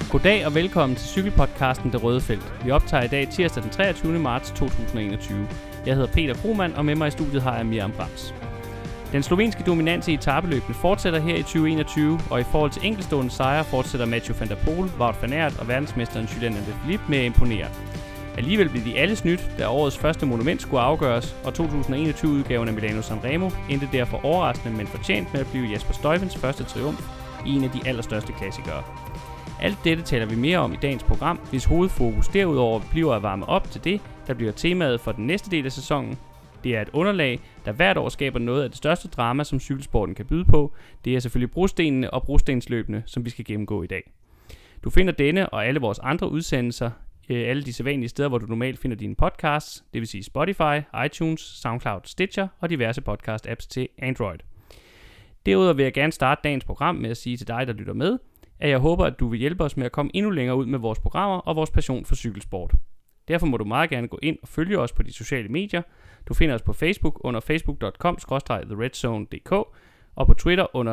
Goddag og velkommen til cykelpodcasten Det Røde Felt. Vi optager i dag tirsdag den 23. marts 2021. Jeg hedder Peter Krohmann, og med mig i studiet har jeg Miriam Brams. Den slovenske dominans i etapeløbene fortsætter her i 2021, og i forhold til enkeltstående sejre fortsætter Mathieu van der Poel, Wout van Aert og verdensmesteren Julian Alaphilippe med at imponere. Alligevel blev de alle snydt, da årets første monument skulle afgøres, og 2021-udgaven af Milano Sanremo endte derfor overraskende, men fortjent med at blive Jasper Stuyvens første triumf i en af de allerstørste klassikere. Alt dette taler vi mere om i dagens program, hvis hovedfokus derudover bliver at varme op til det, der bliver temaet for den næste del af sæsonen. Det er et underlag, der hvert år skaber noget af det største drama, som cykelsporten kan byde på. Det er selvfølgelig brostenene og brostensløbene, som vi skal gennemgå i dag. Du finder denne og alle vores andre udsendelser, alle de sædvanlige steder, hvor du normalt finder dine podcasts, det vil sige Spotify, iTunes, SoundCloud, Stitcher og diverse podcast-apps til Android. Derudover vil jeg gerne starte dagens program med at sige til dig, der lytter med, at jeg håber, at du vil hjælpe os med at komme endnu længere ud med vores programmer og vores passion for cykelsport. Derfor må du meget gerne gå ind og følge os på de sociale medier. Du finder os på Facebook under facebook.com/theredzone.dk og på Twitter under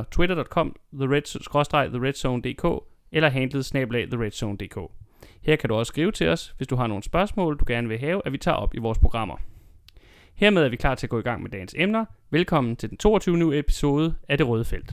twitter.com/theredzone.dk eller handlet @theredzone.dk. Her kan du også skrive til os, hvis du har nogle spørgsmål, du gerne vil have, at vi tager op i vores programmer. Hermed er vi klar til at gå i gang med dagens emner. Velkommen til den 22. episode af Det Røde Felt.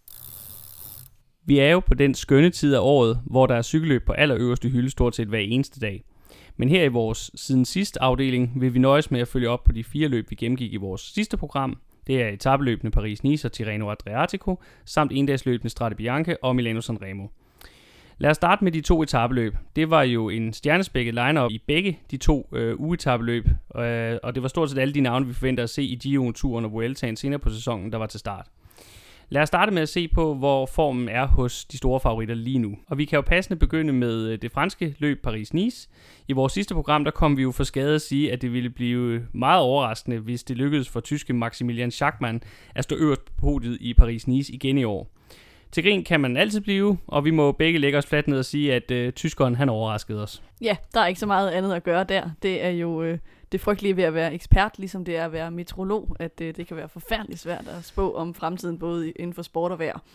Vi er jo på den skønne tid af året, hvor der er cykelløb på allerøverste hylde stort set hver eneste dag. Men her i vores siden sidste afdeling vil vi nøjes med at følge op på de 4 løb, vi gennemgik i vores sidste program. Det er etapeløbene Paris-Nice og Tirreno Adriatico, samt endagsløbene Strade Bianche og Milano Sanremo. Lad os starte med de 2 etapeløb. Det var jo en stjernespækket line-up i begge de 2 ugeetapeløb, og det var stort set alle de navne, vi forventer at se i Giro-turen og Vueltaen senere på sæsonen, der var til start. Lad os starte med at se på, hvor formen er hos de store favoritter lige nu. Og vi kan jo passende begynde med det franske løb Paris-Nice. I vores sidste program, der kom vi jo for skade at sige, at det ville blive meget overraskende, hvis det lykkedes for tyske Maximilian Schachmann at stå øverst på podiet i Paris-Nice igen i år. Til grin kan man altid blive, og vi må begge lægge os fladt ned og sige, at tyskeren han overraskede os. Ja, der er ikke så meget andet at gøre der. Det er jo det frygtelige ved at være ekspert, ligesom det er at være meteorolog, at det kan være forfærdeligt svært at spå om fremtiden, både inden for sport og vejr.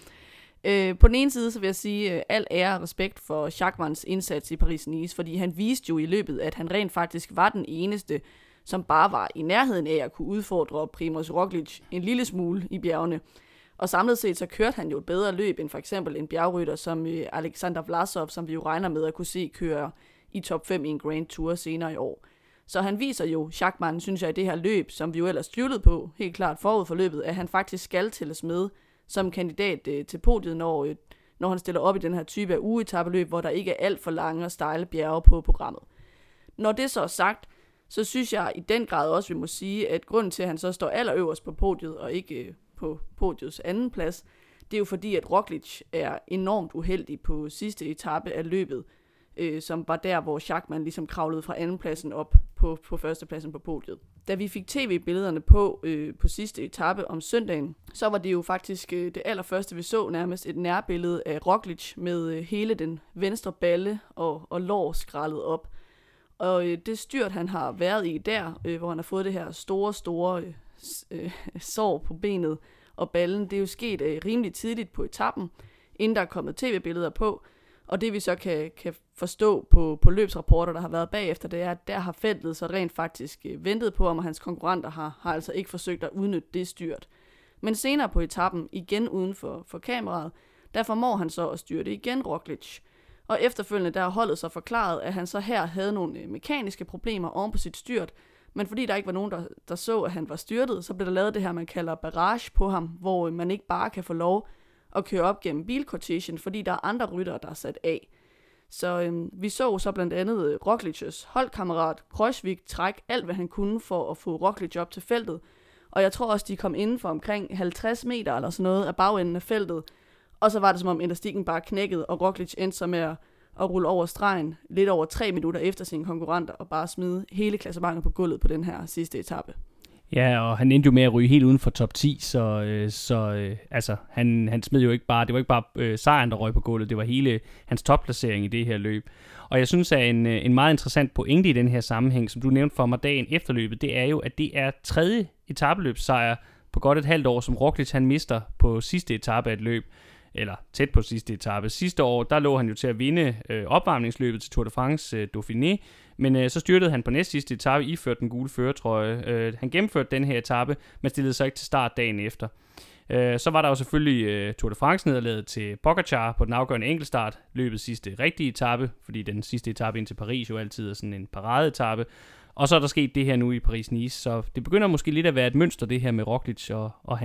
På den ene side så vil jeg sige al ære og respekt for Schachmanns indsats i Paris-Nice, fordi han viste jo i løbet, at han rent faktisk var den eneste, som bare var i nærheden af at kunne udfordre Primož Roglič en lille smule i bjergene. Og samlet set så kørte han jo et bedre løb end for eksempel en bjergrytter som Alexander Vlasov, som vi jo regner med at kunne se køre i top 5 i en Grand Tour senere i år. Så han viser jo, Schachmann, synes jeg, i det her løb, som vi jo ellers tvivlede på, helt klart forud for løbet, at han faktisk skal tælles med som kandidat til podiet, når han stiller op i den her type af ugeetapeløb, hvor der ikke er alt for lange og stejle bjerge på programmet. Når det så er sagt, så synes jeg i den grad også, vi må sige, at grunden til, at han så står allerøverst på podiet og ikke på podiets anden plads, det er jo fordi, at Roglič er enormt uheldig på sidste etape af løbet, som var der, hvor Schachmann ligesom kravlede fra andenpladsen op på førstepladsen på podiet. Da vi fik tv-billederne på sidste etape om søndagen, så var det jo faktisk det allerførste, vi så, nærmest et nærbillede af Roglič med hele den venstre balle og lår skrællet op. Og det styrt, han har været i der, hvor han har fået det her store sår på benet og ballen, det er jo sket rimelig tidligt på etappen, inden der er kommet tv-billeder på. Og det vi så kan forstå på løbsrapporter, der har været bagefter, det er, at der har feltet så rent faktisk ventet på ham, og hans konkurrenter har altså ikke forsøgt at udnytte det styrt. Men senere på etappen, igen uden for kameraet, der formår han så at styrte igen Roglič. Og efterfølgende der har holdet så forklaret, at han så her havde nogle mekaniske problemer oven på sit styrt, men fordi der ikke var nogen, der så, at han var styrtet, så blev der lavet det her, man kalder barrage på ham, hvor man ikke bare kan få lov at køre op gennem bilkortegen, fordi der er andre ryttere, der er sat af. Så vi så blandt andet Roglič's holdkammerat Kruijswijk trække alt, hvad han kunne for at få Roglič op til feltet. Og jeg tror også, de kom inden for omkring 50 meter eller sådan noget af bagenden af feltet. Og så var det som om elastikken bare knækkede, og Roglič endte så med at rulle over stregen lidt over 3 minutter efter sine konkurrenter og bare smide hele klassementet på gulvet på den her sidste etape. Ja, og han endte jo med at ryge helt uden for top 10, så han smed jo ikke bare, det var ikke bare sejren, der røg på gulvet, det var hele hans topplacering i det her løb. Og jeg synes, at en meget interessant pointe i den her sammenhæng, som du nævnte for mig dagen efter løbet, det er jo, at det er 3. etapeløbssejr på godt et halvt år, som Roglič han mister på sidste etape af et løb. eller tæt på sidste etape. Sidste år, der lå han jo til at vinde opvarmningsløbet til Tour de France Dauphiné, men så styrtede han på næst sidste etape, iført den gule førertrøje. Han gennemførte den her etape, men stillede sig ikke til start dagen efter. Så var der jo selvfølgelig Tour de France-nederlaget til Pogačar på den afgørende enkeltstart, løbets sidste rigtige etape, fordi den sidste etape ind til Paris jo altid er sådan en paradeetape. Og så er der sket det her nu i Paris-Nice, så det begynder måske lidt at være et mønster, det her med Roglic og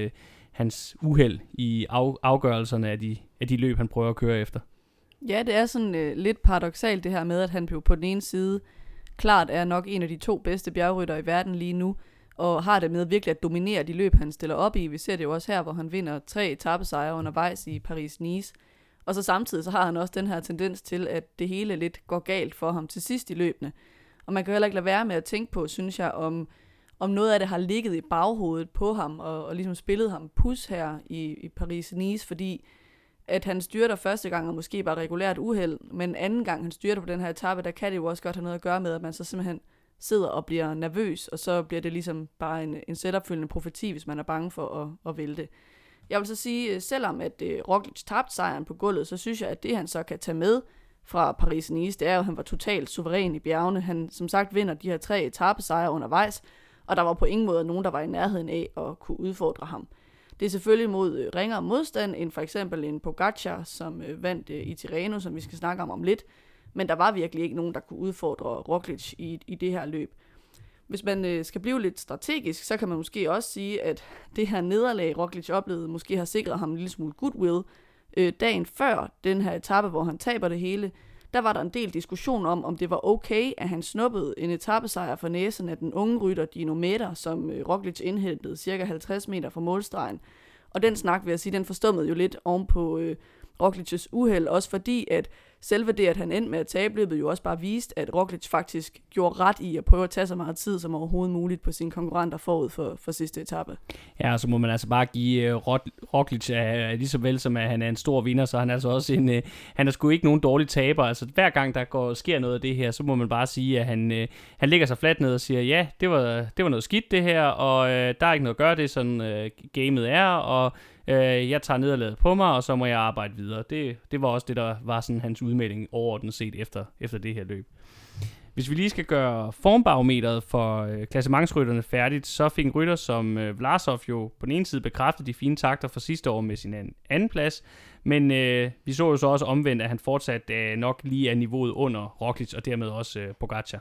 hans uheld i afgørelserne af de løb, han prøver at køre efter. Ja, det er sådan lidt paradoksalt det her med, at han på den ene side klart er nok en af de 2 bedste bjergryttere i verden lige nu, og har det med virkelig at dominere de løb, han stiller op i. Vi ser det jo også her, hvor han vinder 3 etapesejre undervejs i Paris-Nice. Og så samtidig så har han også den her tendens til, at det hele lidt går galt for ham til sidst i løbene. Og man kan heller ikke lade være med at tænke på, synes jeg, om noget af det har ligget i baghovedet på ham, og ligesom spillet ham pus her i Paris-Nice, fordi at han styrter første gang og måske bare regulært uheld, men anden gang han styrter på den her etape, der kan det jo også godt have noget at gøre med, at man så simpelthen sidder og bliver nervøs, og så bliver det ligesom bare en selvopfyldende profeti, hvis man er bange for at vælte. Jeg vil så sige, selvom at Roglic tabte sejren på gulvet, så synes jeg, at det han så kan tage med fra Paris-Nice, det er jo, at han var totalt suveræn i bjergene. Han som sagt vinder de her 3 etapesejre undervejs, og der var på ingen måde nogen, der var i nærheden af at kunne udfordre ham. Det er selvfølgelig mod ringere modstand end for eksempel en Pogačar, som vandt i Tirreno, som vi skal snakke om lidt. Men der var virkelig ikke nogen, der kunne udfordre Roglic i det her løb. Hvis man skal blive lidt strategisk, så kan man måske også sige, at det her nederlag, Roglic oplevede, måske har sikret ham en lille smule goodwill. Dagen før den her etape, hvor han taber det hele, der var der en del diskussion om det var okay, at han snuppede en etapesejr for næsen af den unge rytter Dino Meter, som Roglic indhentede cirka 50 meter fra målstregen. Og den snak, vil jeg sige, den forstummede jo lidt oven på Roglic's uheld, også fordi at selve det, at han endte med at tabe løbet, jo også bare viste, at Roglic faktisk gjorde ret i at prøve at tage så meget tid som overhovedet muligt på sine konkurrenter forud for sidste etape. Ja, og så må man altså bare give Roglic lige så vel som at han er en stor vinder, så han er altså også han er sgu ikke nogen dårlig taber. Altså hver gang der sker noget af det her, så må man bare sige, at han lægger sig fladt ned og siger, ja, det var noget skidt det her, og der er ikke noget at gøre, det sådan gamet er, og jeg tager nederlaget på mig, og så må jeg arbejde videre. Det var også det, der var sådan hans udmelding overordnet set efter det her løb. Hvis vi lige skal gøre formbarometeret for klassementsrytterne færdigt, så fik en rytter som Vlasov jo på den ene side bekræftet de fine takter fra sidste år med sin anden plads, men vi så jo så også omvendt, at han fortsat nok lige er niveauet under Roglic, og dermed også Pogačar.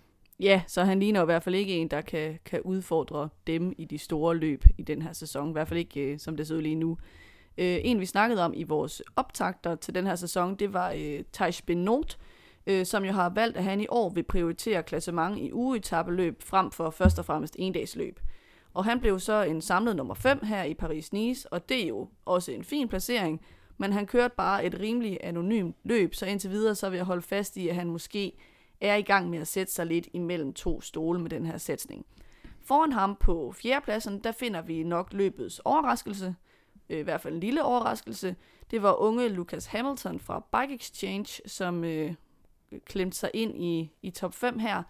Ja, så han ligner i hvert fald ikke en, der kan udfordre dem i de store løb i den her sæson. I hvert fald ikke, som det ser ud lige nu. En, vi snakkede om i vores optakter til den her sæson, det var Thijs Benoot, som jo har valgt, at han i år vil prioritere klassement i ugeetapeløb frem for først og fremmest endagsløb. Og han blev så en samlet nummer 5 her i Paris-Nice, og det er jo også en fin placering, men han kørte bare et rimelig anonymt løb, så indtil videre så vil jeg holde fast i, at han måske er i gang med at sætte sig lidt imellem 2 stole med den her sætning. Foran ham på 4. pladsen, der finder vi nok løbets overraskelse, i hvert fald en lille overraskelse. Det var unge Lucas Hamilton fra Bike Exchange, som klemte sig ind i top 5 her.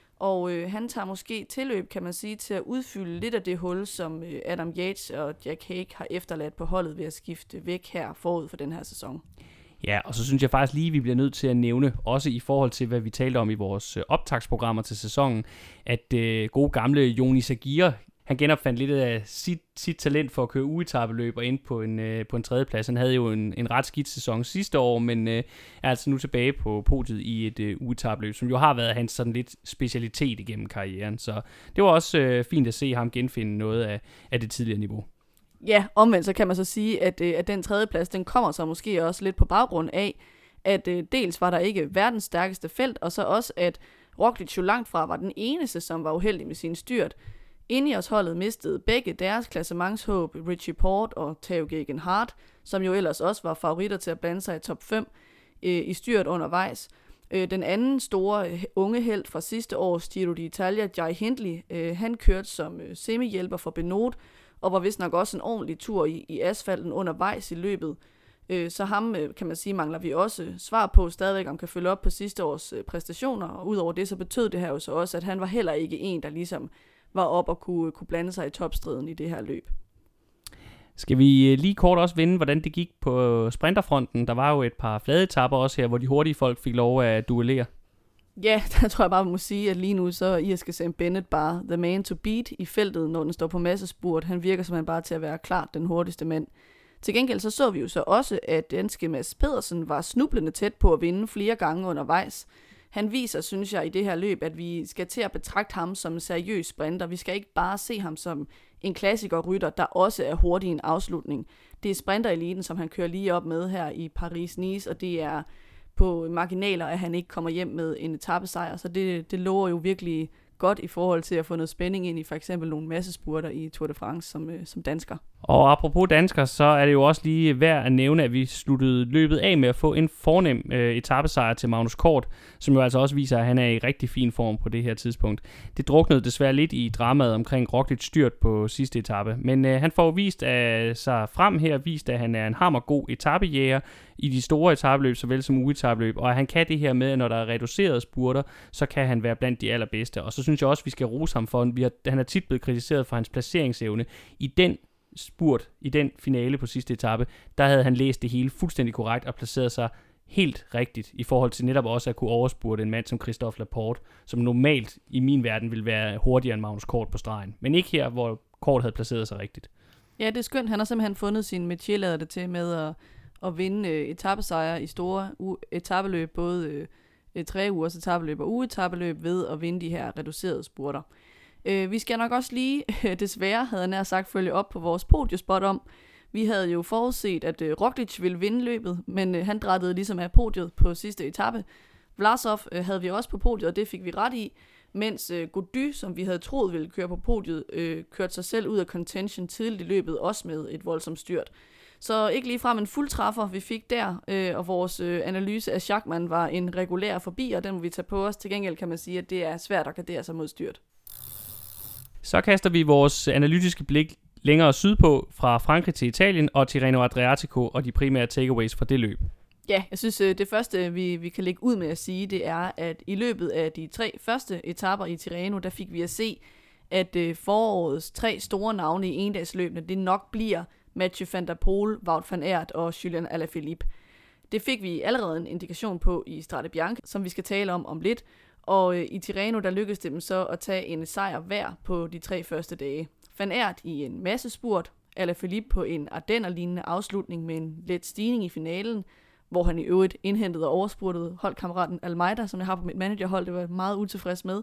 Og han tager måske tilløb, kan man sige, til at udfylde lidt af det hul, som Adam Yates og Jack Haig har efterladt på holdet ved at skifte væk her forud for den her sæson. Ja, og så synes jeg faktisk lige, vi bliver nødt til at nævne, også i forhold til, hvad vi talte om i vores optagsprogrammer til sæsonen, at gode gamle Joni Zagir, han genopfandt lidt af sit talent for at køre ugeetapeløb og ind på en tredjeplads. Han havde jo en ret skidt sæson sidste år, men er altså nu tilbage på podiet i et ugeetapeløb, som jo har været hans sådan lidt specialitet igennem karrieren. Så det var også fint at se ham genfinde noget af det tidligere niveau. Ja, omvendt så kan man så sige, at den tredjeplads, den kommer så måske også lidt på baggrund af, at dels var der ikke verdens stærkeste felt, og så også, at Roglic jo langt fra var den eneste, som var uheldig med sin styrt. Ineos-holdet mistede begge deres klassementshåb, Richie Porte og Tao Geoghegan Hart, som jo ellers også var favoritter til at blande sig i top 5 i styrt undervejs. Den anden store unge helt fra sidste års Giro d'Italia, Jai Hindley, han kørte som semihjælper for Benoot, og var vist nok også en ordentlig tur i asfalten undervejs i løbet. Så ham, kan man sige, mangler vi også svar på stadigvæk, om kan følge op på sidste års præstationer. Og udover det, så betød det her jo så også, at han var heller ikke en, der ligesom var op og kunne blande sig i topstriden i det her løb. Skal vi lige kort også vende, hvordan det gik på sprinterfronten? Der var jo et par flade etapper også her, hvor de hurtige folk fik lov at duellere. Ja, der tror jeg bare, man må sige, at lige nu så er Irske Sam Bennett bare the man to beat i feltet, når den står på massespurt. Han virker simpelthen bare til at være klart den hurtigste mand. Til gengæld så vi jo så også, at danske Mads Pedersen var snublende tæt på at vinde flere gange undervejs. Han viser, synes jeg, i det her løb, at vi skal til at betragte ham som en seriøs sprinter. Vi skal ikke bare se ham som en klassikerrytter, der også er hurtig i en afslutning. Det er sprintereliten, som han kører lige op med her i Paris-Nice, og det er på marginaler, at han ikke kommer hjem med en etapesejr. Så det lover jo virkelig godt i forhold til at få noget spænding ind i for eksempel nogle massespurter i Tour de France som dansker. Og apropos dansker, så er det jo også lige værd at nævne, at vi sluttede løbet af med at få en fornem etapesejr til Magnus Kort, som jo altså også viser, at han er i rigtig fin form på det her tidspunkt. Det druknede desværre lidt i dramaet omkring Roglic styrt på sidste etape, men han får vist sig frem her, vist at han er en hammergod etapejæger i de store etapeløb, såvel som ugetabeløb, og at han kan det her med, at når der er reducerede spurter, så kan han være blandt de allerbedste. Og så synes jeg også, at vi skal rose ham for, han er tit blevet kritiseret for hans placeringsevne i den spurt, i den finale på sidste etape. Der havde han læst det hele fuldstændig korrekt og placeret sig helt rigtigt i forhold til netop også at kunne overspurte en mand som Christophe Laporte, som normalt i min verden ville være hurtigere end Magnus Kort på stregen. Men ikke her, hvor Kort havde placeret sig rigtigt. Ja, det er skønt. Han har simpelthen fundet sin métier, lader det til med at vinde etapesejre i store etapeløb, både 3 ugers etapeløb og ugetabeløb ved at vinde de her reducerede spurter. Vi skal nok også lige, desværre havde jeg nær sagt, følge op på vores podiespot om. Vi havde jo forudset, at Roglic ville vinde løbet, men han drættede ligesom af podiet på sidste etape. Vlasov havde vi også på podiet, og det fik vi ret i, mens Gody, som vi havde troet ville køre på podiet, kørte sig selv ud af contention tidligt i løbet, også med et voldsomt styrt. Så ikke ligefrem en fuldtræffer, vi fik der, og vores analyse af Schachmann var en regulær forbi, og den må vi tage på os. Til gengæld kan man sige, at det er svært at gardere sig mod styrt. Så kaster vi vores analytiske blik længere sydpå, fra Frankrig til Italien og Tirreno Adriatico og de primære takeaways fra det løb. Ja, jeg synes, det første, vi kan lægge ud med at sige, det er, at i løbet af de 3 første etaper i Tirreno, der fik vi at se, at forårets 3 store navne i endagsløbene, det nok bliver Mathieu van der Poel, Wout van Aert og Julian Alaphilippe. Det fik vi allerede en indikation på i Strade Bianche, som vi skal tale om lidt. Og i Tirreno, der lykkedes det dem så at tage en sejr hver på de 3 første dage. Van Aert i en massespurt, Alaphilippe på en Ardenner-lignende afslutning med en let stigning i finalen, hvor han i øvrigt indhentede og overspurtede holdkammeraten Almeida, som jeg har på mit managerhold, det var jeg meget utilfreds med.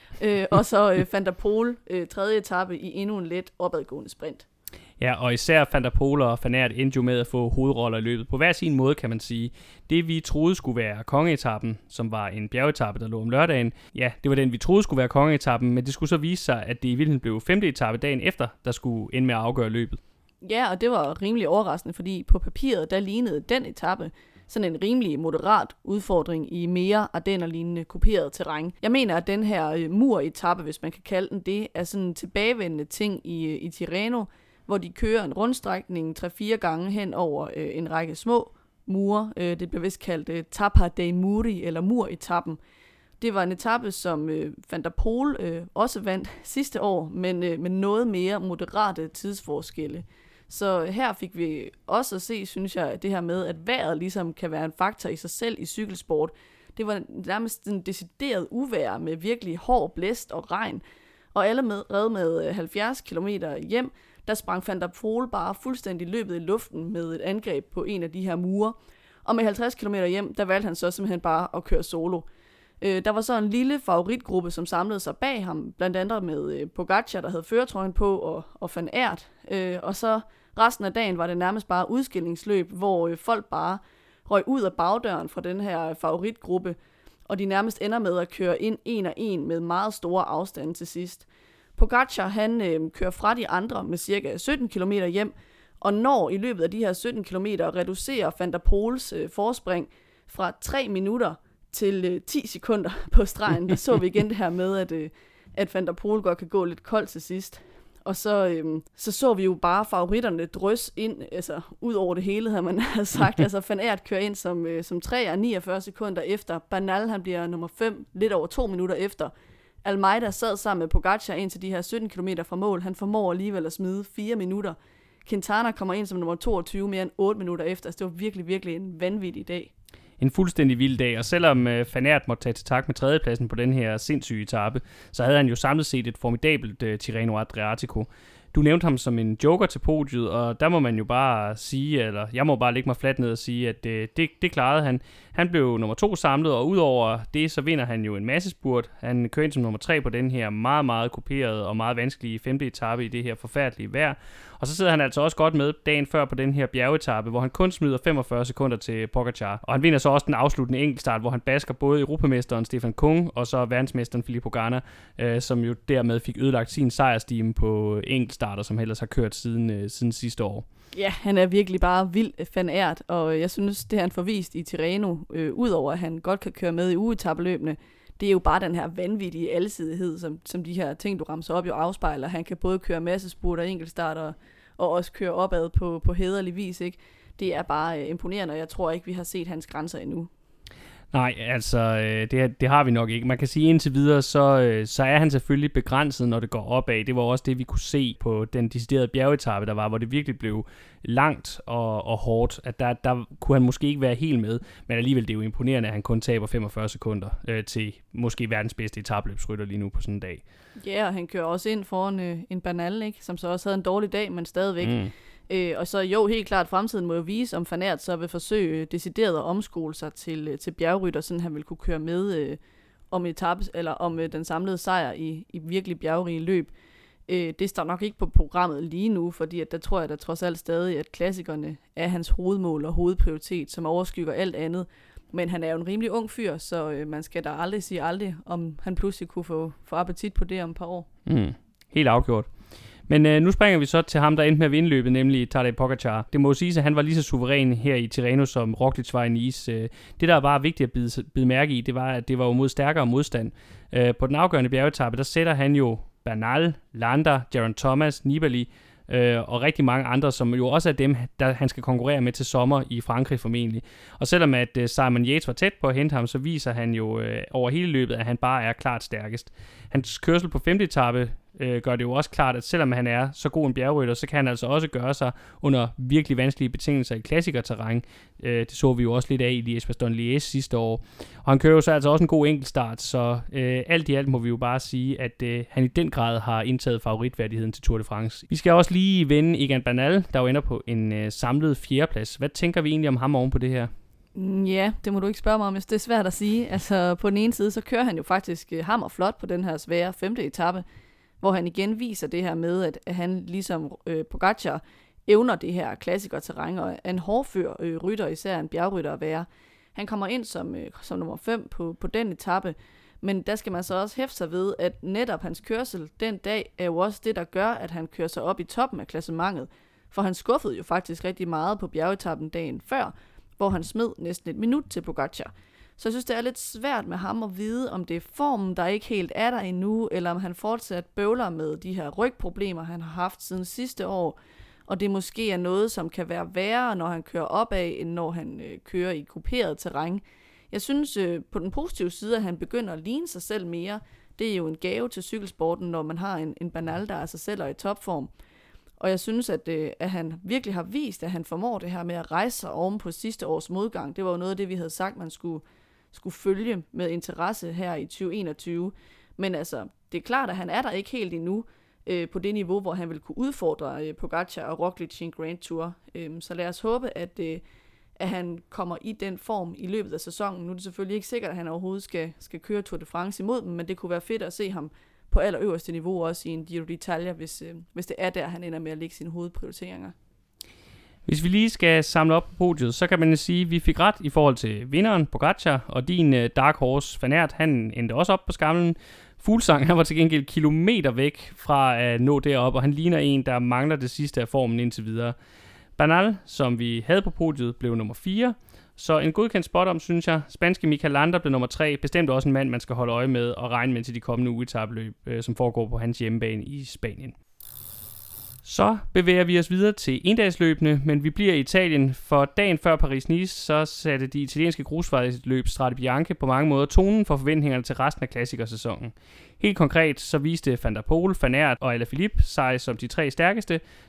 Og så Van der Poel, 3. etape i endnu en let opadgående sprint. Ja, og især Van der Poel og Van Aert endte jo med at få hovedroller i løbet. På hver sin måde, kan man sige. Det, vi troede skulle være kongeetappen, som var en bjergetappe, der lå om lørdagen, ja, det var den, vi troede skulle være kongeetappen, men det skulle så vise sig, at det i virkeligheden blev 5. etape dagen efter, der skulle ende med at afgøre løbet. Ja, og det var rimelig overraskende, fordi på papiret, der lignede den etape sådan en rimelig moderat udfordring i mere Ardenner-lignende kuperet terræn. Jeg mener, at den her mur-etape, hvis man kan kalde den det, er sådan en tilbagevendende ting i Tirreno, hvor de kører en rundstrækning 3-4 gange hen over en række små mure. Det bliver vist kaldt Tappa dei Muri, eller mur-etappen. Det var en etape, som Van der Poel også vandt sidste år, men med noget mere moderate tidsforskelle. Så her fik vi også at se, synes jeg, det her med, at vejret ligesom kan være en faktor i sig selv i cykelsport. Det var nærmest en decideret uvejr med virkelig hård blæst og regn. Og allerede med 70 km hjem, der sprang Van der Poel bare fuldstændig løbet i luften med et angreb på en af de her mure. Og med 50 km hjem, der valgte han så simpelthen bare at køre solo. Der var så en lille favoritgruppe, som samlede sig bag ham, blandt andet med Pogačar, der havde førertrøjen på, og Van Aert. Og så resten af dagen var det nærmest bare udskillingsløb, hvor folk bare røg ud af bagdøren fra den her favoritgruppe, og de nærmest ender med at køre ind en og en med meget store afstande til sidst. Pogačar, han kører fra de andre med cirka 17 km hjem, og når i løbet af de her 17 km reducerer Van der Poels forspring fra 3 minutter til 10 sekunder på stregen. Der så vi igen det her med, at Van der Poel godt kan gå lidt koldt til sidst. Og så vi jo bare favoritterne drøs ind, altså ud over det hele, havde man sagt. Altså Van Aert kører ind som 3 49 sekunder efter. Bernal, han bliver nummer 5, lidt over 2 minutter efter. Almeida sad sammen med Pogačar ind til de her 17 km fra mål. Han formår alligevel at smide 4 minutter. Quintana kommer ind som nummer 22 mere end 8 minutter efter. Altså, det var virkelig, virkelig en vanvittig dag. En fuldstændig vild dag, og selvom Van Aert måtte tage til tak med tredjepladsen på den her sindssyge etape, så havde han jo samlet set et formidabelt Tirreno Adriatico. Du nævnte ham som en joker til podiet, og der må man jo bare sige, eller jeg må bare lægge mig fladt ned og sige, at det klarede han. Han blev nummer 2 samlet, og udover det, så vinder han jo en masse spurt. Han kører ind som nummer 3 på den her meget, meget kuperede og meget vanskelige 5. etape i det her forfærdelige vejr. Og så sidder han altså også godt med dagen før på den her bjergetape, hvor han kun smider 45 sekunder til Pogačar. Og han vinder så også den afsluttende enkeltstart, hvor han basker både europamesteren Stefan Kung og så verdensmesteren Filippo Ganna, som jo dermed fik ødelagt sin sejrstime på enkeltstarter, som ellers har kørt siden sidste år. Ja, han er virkelig bare vild Van Aert, og jeg synes, det han får vist i Tirreno, udover at han godt kan køre med i ugeetapeløbene, det er jo bare den her vanvittige alsidighed, som de her ting, du ramser op, jo afspejler. Han kan både køre massespurt og enkeltstarter, og også køre opad på hæderlig vis, ikke? Det er bare imponerende, og jeg tror ikke, vi har set hans grænser endnu. Nej, altså det har vi nok ikke. Man kan sige indtil videre, så er han selvfølgelig begrænset, når det går opad. Det var også det, vi kunne se på den deciderede bjergetape, der var, hvor det virkelig blev langt og hårdt. At der kunne han måske ikke være helt med, men alligevel det er jo imponerende, at han kun taber 45 sekunder til måske verdens bedste etapløbsrytter lige nu på sådan en dag. Ja, og han kører også ind foran en Bernal, ikke? Som så også havde en dårlig dag, men stadigvæk. Og så jo, helt klart, fremtiden må jo vise, om Van Aert så vil forsøge decideret at omskole sig til bjergrytter, sådan han vil kunne køre med om etape, eller om den samlede sejr i virkelig bjergrige løb. Det står nok ikke på programmet lige nu, fordi at der tror jeg da trods alt stadig, at klassikerne er hans hovedmål og hovedprioritet, som overskygger alt andet. Men han er jo en rimelig ung fyr, så man skal da aldrig sige aldrig, om han pludselig kunne få appetit på det om et par år. Helt afgjort. Men nu springer vi så til ham, der endte med at vinde løbet, nemlig Tadej Pogačar. Det må jo siges, at han var lige så suveræn her i Tirreno, som Roglic var i Nice. Det, der var vigtigt at bide mærke i, det var, at det var jo mod stærkere modstand. På den afgørende bjergetape, der sætter han jo Bernal, Landa, Geraint Thomas, Nibali og rigtig mange andre, som jo også er dem, der han skal konkurrere med til sommer i Frankrig formentlig. Og selvom at Simon Yates var tæt på at hente ham, så viser han jo over hele løbet, at han bare er klart stærkest. Hans kørsel på 5. etape gør det jo også klart, at selvom han er så god en bjergrytter, så kan han altså også gøre sig under virkelig vanskelige betingelser i klassikerterræn. Det så vi jo også lidt af i Liège-Bastogne-Liège sidste år. Og han kører jo så altså også en god enkeltstart, så alt i alt må vi jo bare sige, at han i den grad har indtaget favoritværdigheden til Tour de France. Vi skal også lige vende Egan Bernal, der jo ender på en samlet 4. plads. Hvad tænker vi egentlig om ham oven på det her? Ja, det må du ikke spørge mig om, hvis det er svært at sige. Altså på den ene side, så kører han jo faktisk hammerflot på den her svære 5. etape, hvor han igen viser det her med, at han ligesom Pogačar evner det her klassikerterræn, og er en hårdfør rytter, især en bjergrytter at være. Han kommer ind som nummer 5 på den etape, men der skal man så også hæfte sig ved, at netop hans kørsel den dag er jo også det, der gør, at han kører sig op i toppen af klassementet. For han skuffede jo faktisk rigtig meget på bjergetappen dagen før, hvor han smed næsten 1 minut til Pogačar. Så jeg synes, det er lidt svært med ham at vide, om det er formen, der ikke helt er der endnu, eller om han fortsat bøvler med de her rygproblemer, han har haft siden sidste år, og det måske er noget, som kan være værre, når han kører opad, end når han kører i kuperet terræn. Jeg synes, på den positive side, at han begynder at ligne sig selv mere. Det er jo en gave til cykelsporten, når man har en Bernal, der er sig selv og i topform. Og jeg synes, at han virkelig har vist, at han formår det her med at rejse sig oven på sidste års modgang. Det var jo noget af det, vi havde sagt, man skulle følge med interesse her i 2021. Men altså, det er klart, at han er der ikke helt endnu på det niveau, hvor han vil kunne udfordre Pogačar og Roglic i en Grand Tour. Så lad os håbe, at han kommer i den form i løbet af sæsonen. Nu er det selvfølgelig ikke sikkert, at han overhovedet skal køre Tour de France imod dem, men det kunne være fedt at se ham på allerøverste niveau også i en Giro d'Italia, hvis det er der, han ender med at lægge sine hovedprioriteringer. Hvis vi lige skal samle op på podiet, så kan man sige, at vi fik ret i forhold til vinderen, Pogačar, og din dark horse, Van Aert, han endte også op på skamlen. Fuglsang, han var til gengæld kilometer væk fra at nå derop, og han ligner en, der mangler det sidste af formen indtil videre. Bernal, som vi havde på podiet, blev nummer 4, så en godkendt spot om, synes jeg. Spanske Mikel Landa blev nummer 3, bestemt også en mand, man skal holde øje med og regne med til de kommende ugeetapeløb, som foregår på hans hjemmebane i Spanien. Så bevæger vi os videre til endagsløbene, men vi bliver i Italien, for dagen før Paris-Nice, så satte de italienske grusvejsløb Strade Bianche på mange måder tonen for forventningerne til resten af klassikersæsonen. Helt konkret så viste Van der Poel, Van Aert og Alaphilippe sig som de 3 stærkeste,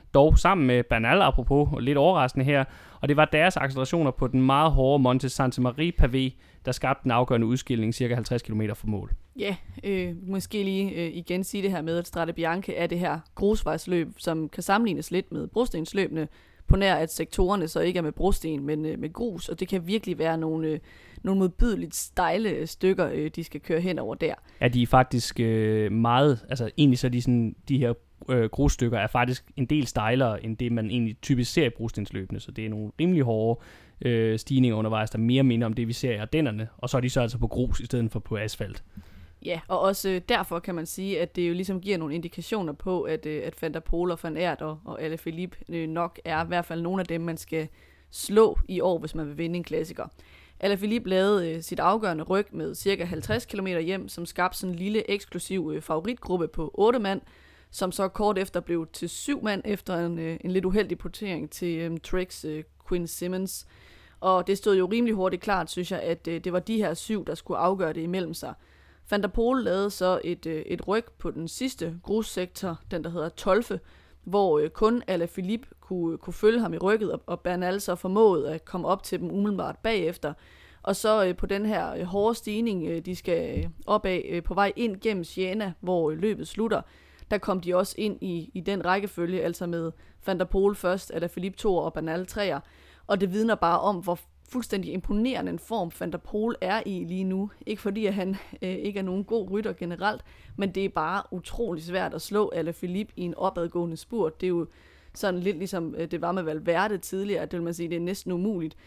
dog sammen med Bernal, apropos, og lidt overraskende her, og det var deres accelerationer på den meget hårde Monte Santa Maria Pavé, der skabte en afgørende udskilning cirka 50 km fra mål. Ja, måske lige igen sige det her med, at Strade Bianche er det her grusvejsløb, som kan sammenlignes lidt med brostensløbene, på nær at sektorerne så ikke er med brosten, men med grus, og det kan virkelig være nogle modbydeligt stejle stykker, de skal køre hen over der. Ja, de er faktisk meget, altså egentlig så de her grusstykker er faktisk en del stejlere, end det man egentlig typisk ser i brostensløbene, så det er nogle rimelig hårde stigninger undervejs, der mere minder om det, vi ser i Ardennerne, og så er de så altså på grus i stedet for på asfalt. Ja, og også derfor kan man sige, at det jo ligesom giver nogle indikationer på, at Van der Poel og Van Aert og Alaphilippe nok er i hvert fald nogle af dem, man skal slå i år, hvis man vil vinde en klassiker. Alaphilippe lavede sit afgørende ryg med cirka 50 km hjem, som skabte sådan en lille eksklusiv favoritgruppe på 8 mand, som så kort efter blev til 7 mand efter en lidt uheldig portering til Treks Quinn Simmons. Og det stod jo rimelig hurtigt klart, synes jeg, at det var de her 7, der skulle afgøre det imellem sig. Van der Poel lavede så et ryg på den sidste grussektor, den der hedder Tolfe, hvor kun Alaphilippe kunne følge ham i rygget, og Bernal så formåede at komme op til dem umiddelbart bagefter. Og så på den her hårde stigning, de skal opad på vej ind gennem Siena, hvor løbet slutter, der kom de også ind i den rækkefølge, altså med Van der Poel først, Alaphilippe 2 og Bernal 3'er. Og det vidner bare om, hvor fuldstændig imponerende en form Van der Poel er i lige nu. Ikke fordi, at han ikke er nogen god rytter generelt, men det er bare utrolig svært at slå Alaphilippe i en opadgående spurt. Det er jo sådan lidt ligesom det var med Valverde tidligere, at det vil man sige, det er næsten umuligt.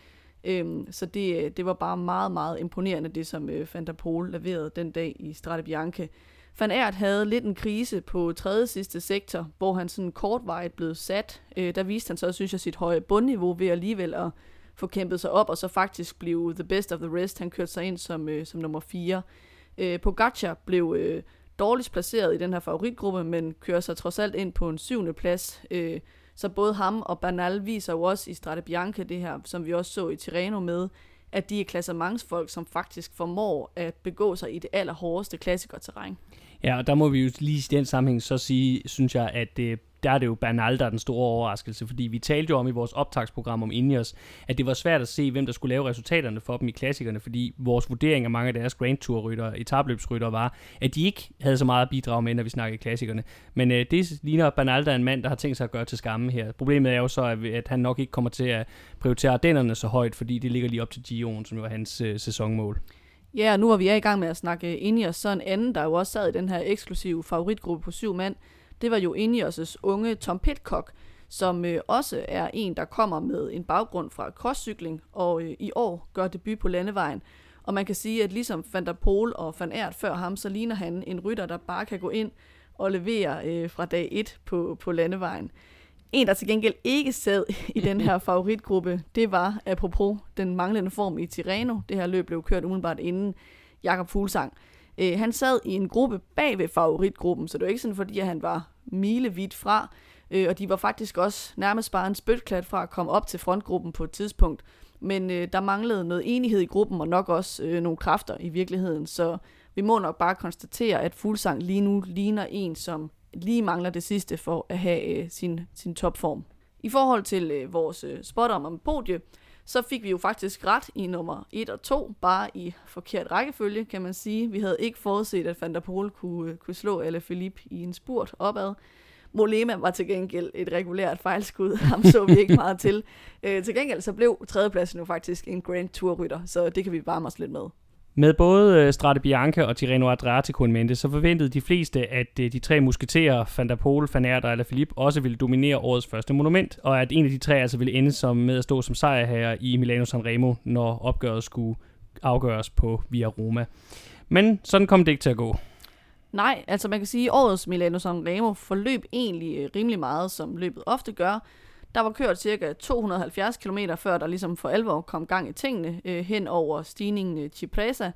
Så det var bare meget, meget imponerende, det som Van der Poel leverede den dag i Strade Bianche. Van Aert havde lidt en krise på tredje sidste sektor, hvor han sådan kortvarigt blev sat. Der viste han så, synes jeg, sit høje bundniveau ved alligevel at få kæmpet sig op, og så faktisk blev the best of the rest. Han kørte sig ind som nummer 4. Pogačar blev dårligst placeret i den her favoritgruppe, men kører sig trods alt ind på en 7. plads. Så både ham og Bernal viser jo også i Strade Bianche det her, som vi også så i Tirreno med, at de er klassementsfolk, som faktisk formår at begå sig i det allerhårdeste klassikerterræn. Ja, og der må vi jo lige i den sammenhæng så sige, synes jeg, at der er det jo Bernal, der er den store overraskelse, fordi vi talte jo om i vores optagsprogram om Ineos, at det var svært at se, hvem der skulle lave resultaterne for dem i klassikerne, fordi vores vurdering af mange af deres Grand Tour-ryttere, etapløbsryttere var, at de ikke havde så meget at bidrage med, når vi snakkede klassikerne. Men det ligner Bernal, der er en mand, der har tænkt sig at gøre til skamme her. Problemet er jo så, at han nok ikke kommer til at prioritere Ardennerne så højt, fordi det ligger lige op til Giroen, som jo var hans sæsonmål. Ja, og nu er vi i gang med at snakke Ineos, så en anden, der jo også sad i den her eksklusive favoritgruppe på 7 mand, det var jo Ineos' unge Tom Pidcock, som også er en, der kommer med en baggrund fra crosscykling, og i år gør debut på landevejen. Og man kan sige, at ligesom Van der Poel og Van Aert før ham, så ligner han en rytter, der bare kan gå ind og levere fra dag 1 på landevejen. En, der til gengæld ikke sad i den her favoritgruppe, det var, apropos den manglende form i Tirreno, det her løb blev kørt umiddelbart inden, Jakob Fuglsang. Han sad i en gruppe bag ved favoritgruppen, så det var ikke sådan, fordi han var milevidt fra, og de var faktisk også nærmest bare en spytklat fra at komme op til frontgruppen på et tidspunkt. Men der manglede noget enighed i gruppen, og nok også nogle kræfter i virkeligheden, så vi må nok bare konstatere, at Fuglsang lige nu ligner en, som lige mangler det sidste for at have sin topform. I forhold til vores spot om podie, så fik vi jo faktisk ret i nummer 1 og 2, bare i forkert rækkefølge, kan man sige. Vi havde ikke forudset, at Van der Poel kunne slå Alaphilippe i en spurt opad. Mollema var til gengæld et regulært fejlskud. Ham så vi ikke meget til. Til gengæld så blev tredjepladsen jo faktisk en Grand Tour-rytter, så det kan vi varme os lidt med. Med både Strade Bianche og Tirreno Adriatico in mente, så forventede de fleste, at de 3 musketerer, Van der Poel, Van Aert og Alaphilippe, også ville dominere årets første monument, og at en af de 3 altså ville ende med at stå som sejrherre i Milano-San Remo, når opgøret skulle afgøres på Via Roma. Men sådan kom det ikke til at gå. Nej, altså man kan sige, at årets Milano-San Remo forløb egentlig rimelig meget, som løbet ofte gør. Der var kørt ca. 270 km, før der ligesom for alvor kom gang i tingene hen over stigningen Cipresa,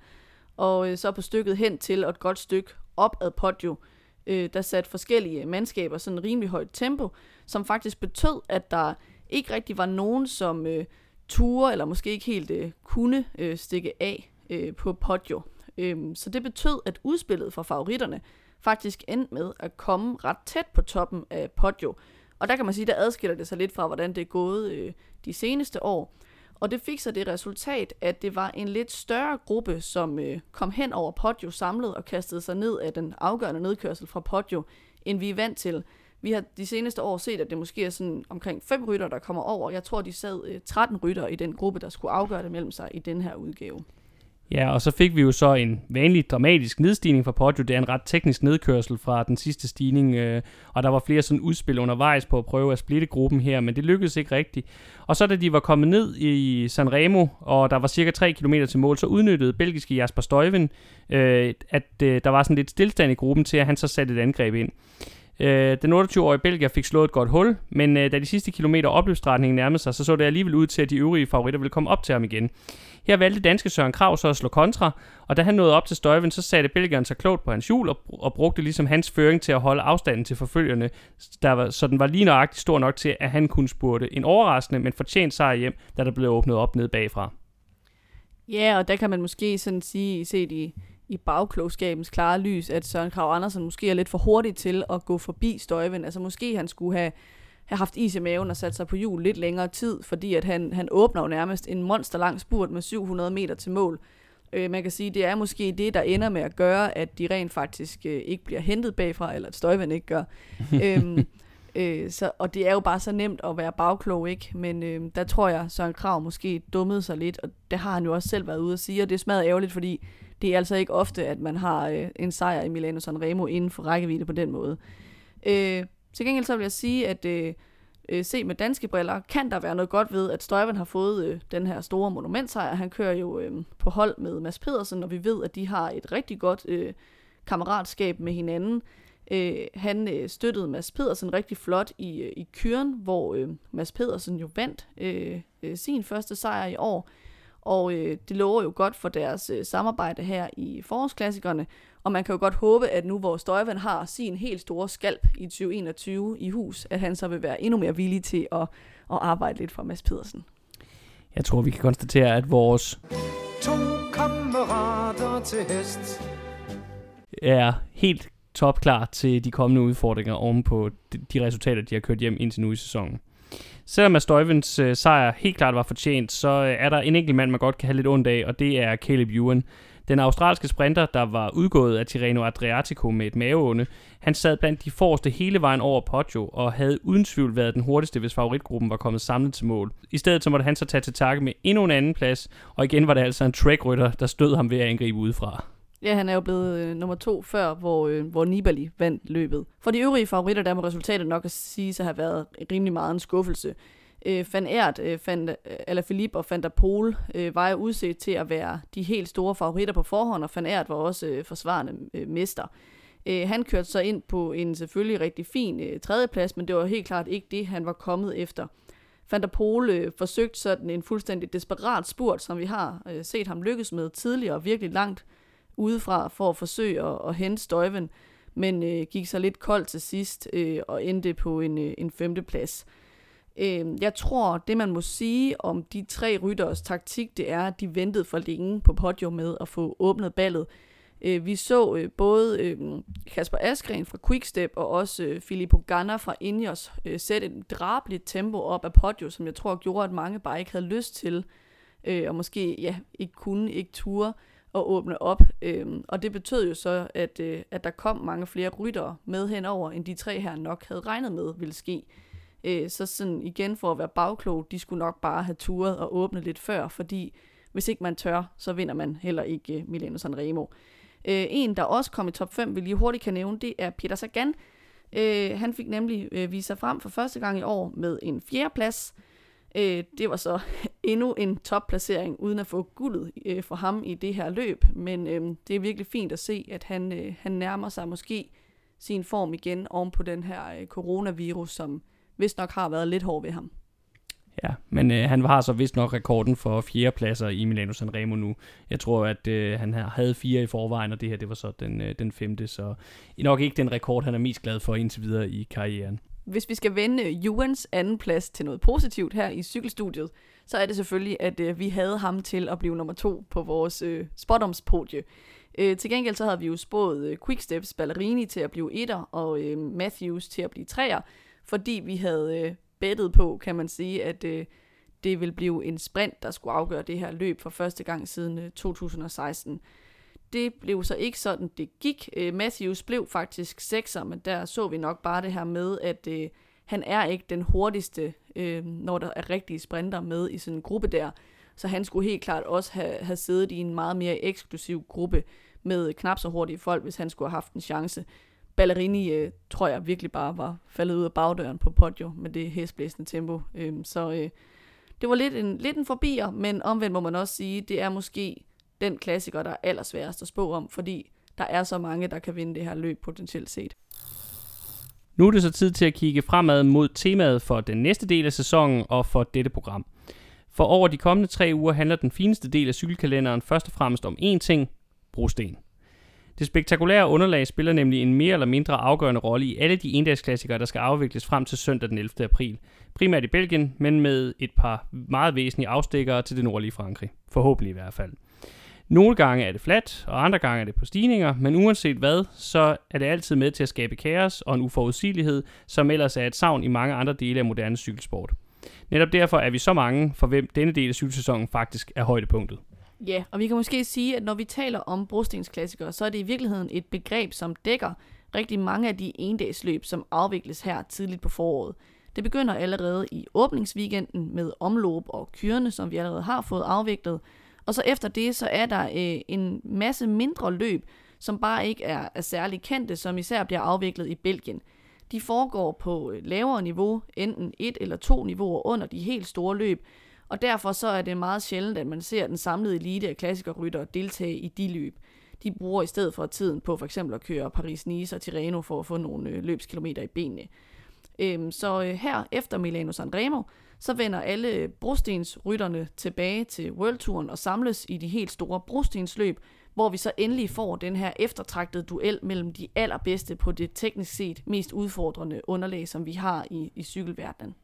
og så på stykket hen til et godt stykke op ad Poggio, der satte forskellige mandskaber sådan en rimelig højt tempo, som faktisk betød, at der ikke rigtig var nogen, som turde eller måske ikke helt kunne stikke af på Poggio. Så det betød, at udspillet fra favoritterne faktisk endte med at komme ret tæt på toppen af Poggio. Og der kan man sige, der adskiller det sig lidt fra, hvordan det er gået de seneste år. Og det fik så det resultat, at det var en lidt større gruppe, som kom hen over Poggio samlet og kastede sig ned af den afgørende nedkørsel fra Poggio, end vi er vant til. Vi har de seneste år set, at det måske er sådan omkring 5 rytter, der kommer over. Jeg tror, de sad 13 rytter i den gruppe, der skulle afgøre det mellem sig i den her udgave. Ja, og så fik vi jo så en vanlig dramatisk nedstigning fra Poggio. Det er en ret teknisk nedkørsel fra den sidste stigning, og der var flere sådan udspil undervejs på at prøve at splitte gruppen her, men det lykkedes ikke rigtigt. Og så da de var kommet ned i Sanremo, og der var cirka 3 km til mål, så udnyttede belgiske Jasper Stuyven, at der var sådan lidt stillstand i gruppen til, at han så satte et angreb ind. Den 28-årige belgier fik slået et godt hul, men da de sidste kilometer opløbsstrækningen nærmede sig, så det alligevel ud til, at de øvrige favoritter ville komme op til ham igen. Her valgte danske Søren Kragh så at slå kontra, og da han nåede op til Stuyven, så satte belgieren sig klogt på hans hjul og brugte ligesom hans føring til at holde afstanden til forfølgerne, så den var lige nøjagtigt stor nok til, at han kunne spurte en overraskende, men fortjent sejr hjem, da der blev åbnet op ned bagfra. Ja, og der kan man måske sådan sige, set i bagklogskabens klare lys, at Søren Kragh Andersen måske er lidt for hurtig til at gå forbi Stuyven. Altså måske han skulle have haft is i maven og sat sig på hjul lidt længere tid, fordi at han åbner jo nærmest en monsterlang spurt med 700 meter til mål. Man kan sige, det er måske det, der ender med at gøre, at de rent faktisk ikke bliver hentet bagfra, eller at Stuyven ikke gør. Og det er jo bare så nemt at være bagklog, ikke? Men der tror jeg, Søren Kragh måske dummede sig lidt, og det har han jo også selv været ude at sige, og det er smadret ærgerligt, fordi det er altså ikke ofte, at man har en sejr i Milano Sanremo inden for rækkevidde på den måde. Til gengæld så vil jeg sige, at se med danske briller, kan der være noget godt ved, at Stuyven har fået den her store monumentsejr. Han kører jo på hold med Mads Pedersen, og vi ved, at de har et rigtig godt kammeratskab med hinanden. Han støttede Mads Pedersen rigtig flot i Kürn, hvor Mads Pedersen jo vandt sin første sejr i år. Og det lover jo godt for deres samarbejde her i forårsklassikerne. Og man kan jo godt håbe, at nu hvor Stuyven har sin helt store skalp i 2021 i hus, at han så vil være endnu mere villig til at arbejde lidt for Mads Pedersen. Jeg tror, vi kan konstatere, at vores 2 kammerater til hest er helt topklar til de kommende udfordringer oven på de resultater, de har kørt hjem indtil nu i sæsonen. Selvom at Stuyvens sejr helt klart var fortjent, så er der en enkelt mand, man godt kan have lidt ondt af, og det er Caleb Ewan. Den australske sprinter, der var udgået af Tirreno Adriatico med et maveonde, han sad blandt de forreste hele vejen over Poggio, og havde uden tvivl været den hurtigste, hvis favoritgruppen var kommet samlet til mål. I stedet så måtte han så tage til takke med endnu en anden plads, og igen var det altså en trackrytter, der stød ham ved at angribe udefra. Ja, han er jo blevet nummer 2 før, hvor Nibali vandt løbet. For de øvrige favoritter, der må resultatet nok at sige sig have været rimelig meget en skuffelse. Van Aert, Alaphilippe og Van der Poel var jo udset til at være de helt store favoritter på forhånd, og Van Aert var også forsvarende mester. Han kørte så ind på en selvfølgelig rigtig fin tredjeplads, men det var helt klart ikke det, han var kommet efter. Van der Poel forsøgte sådan en fuldstændig desperat spurt, som vi har set ham lykkes med tidligere, virkelig langt udefra for at forsøge at hente Stuyven, men gik så lidt koldt til sidst og endte på en 5. plads. Jeg tror, det man må sige om de 3 rytteres taktik, det er, at de ventede for længe på Poggio med at få åbnet ballet. Vi så både Kasper Asgreen fra Quickstep og også Filippo Ganna fra Ineos sætte et drabeligt tempo op af Poggio, som jeg tror gjorde, at mange bare ikke havde lyst til, og måske ikke turde at åbne op. Og det betød jo så, at der kom mange flere ryttere med henover, end de 3 her nok havde regnet med ville ske. Så sådan igen for at være bagklog, de skulle nok bare have turet og åbne lidt før, fordi hvis ikke man tør, så vinder man heller ikke Milano Sanremo. En, der også kom i top 5, vi lige hurtigt kan nævne, det er Peter Sagan. Han fik nemlig vist sig frem for første gang i år med en 4. plads. Det var så endnu en topplacering, uden at få guldet for ham i det her løb, men det er virkelig fint at se, at han nærmer sig måske sin form igen oven på den her coronavirus, som vist nok har været lidt hård ved ham. Ja, men han har så vist nok rekorden for 4. pladser i Milano Sanremo nu. Jeg tror, at han havde 4 i forvejen, og det her det var så den 5. Så nok ikke den rekord, han er mest glad for indtil videre i karrieren. Hvis vi skal vende Ewans 2. plads til noget positivt her i cykelstudiet, så er det selvfølgelig, at vi havde ham til at blive nummer 2 på vores spådomspodie. Til gengæld så havde vi jo spået Quicksteps Ballerini til at blive 1'er, og Matthews til at blive 3'er. fordi vi havde bettet på, kan man sige, at det ville blive en sprint, der skulle afgøre det her løb for første gang siden 2016. Det blev så ikke sådan, det gik. Matthews blev faktisk 6'er, men der så vi nok bare det her med, at han er ikke den hurtigste, når der er rigtige sprinter med i sådan en gruppe der. Så han skulle helt klart også have siddet i en meget mere eksklusiv gruppe med knap så hurtige folk, hvis han skulle have haft en chance. Ballerini tror jeg virkelig bare var faldet ud af bagdøren på Poggio med det hæsblæsende tempo. Det var lidt en forbier, men omvendt må man også sige, det er måske den klassiker, der er allersværest at spå om, fordi der er så mange, der kan vinde det her løb potentielt set. Nu er det så tid til at kigge fremad mod temaet for den næste del af sæsonen og for dette program. For over de kommende 3 uger handler den fineste del af cykelkalenderen først og fremmest om én ting: brosten. Det spektakulære underlag spiller nemlig en mere eller mindre afgørende rolle i alle de endagsklassikere, der skal afvikles frem til søndag den 11. april. Primært i Belgien, men med et par meget væsentlige afstikkere til det nordlige Frankrig. Forhåbentlig i hvert fald. Nogle gange er det fladt, og andre gange er det på stigninger, men uanset hvad, så er det altid med til at skabe kaos og en uforudsigelighed, som ellers er et savn i mange andre dele af moderne cykelsport. Netop derfor er vi så mange, for hvem denne del af cykelsæsonen faktisk er højdepunktet. Ja, og vi kan måske sige, at når vi taler om brostensklassikere, så er det i virkeligheden et begreb, som dækker rigtig mange af de endagsløb, som afvikles her tidligt på foråret. Det begynder allerede i åbningsweekenden med omløb og kyrene, som vi allerede har fået afviklet. Og så efter det, så er der en masse mindre løb, som bare ikke er særlig kendte, som især bliver afviklet i Belgien. De foregår på lavere niveau, enten 1 eller 2 niveauer under de helt store løb, og derfor så er det meget sjældent, at man ser den samlede elite af klassikerryttere deltage i de løb. De bruger i stedet for tiden på for eksempel at køre Paris-Nice og Tirreno for at få nogle løbskilometer i benene. Så her efter Milano Sanremo, så vender alle brostensrytterne tilbage til Worldtouren og samles i de helt store brostensløb, hvor vi så endelig får den her eftertragtede duel mellem de allerbedste på det teknisk set mest udfordrende underlag, som vi har i cykelverdenen.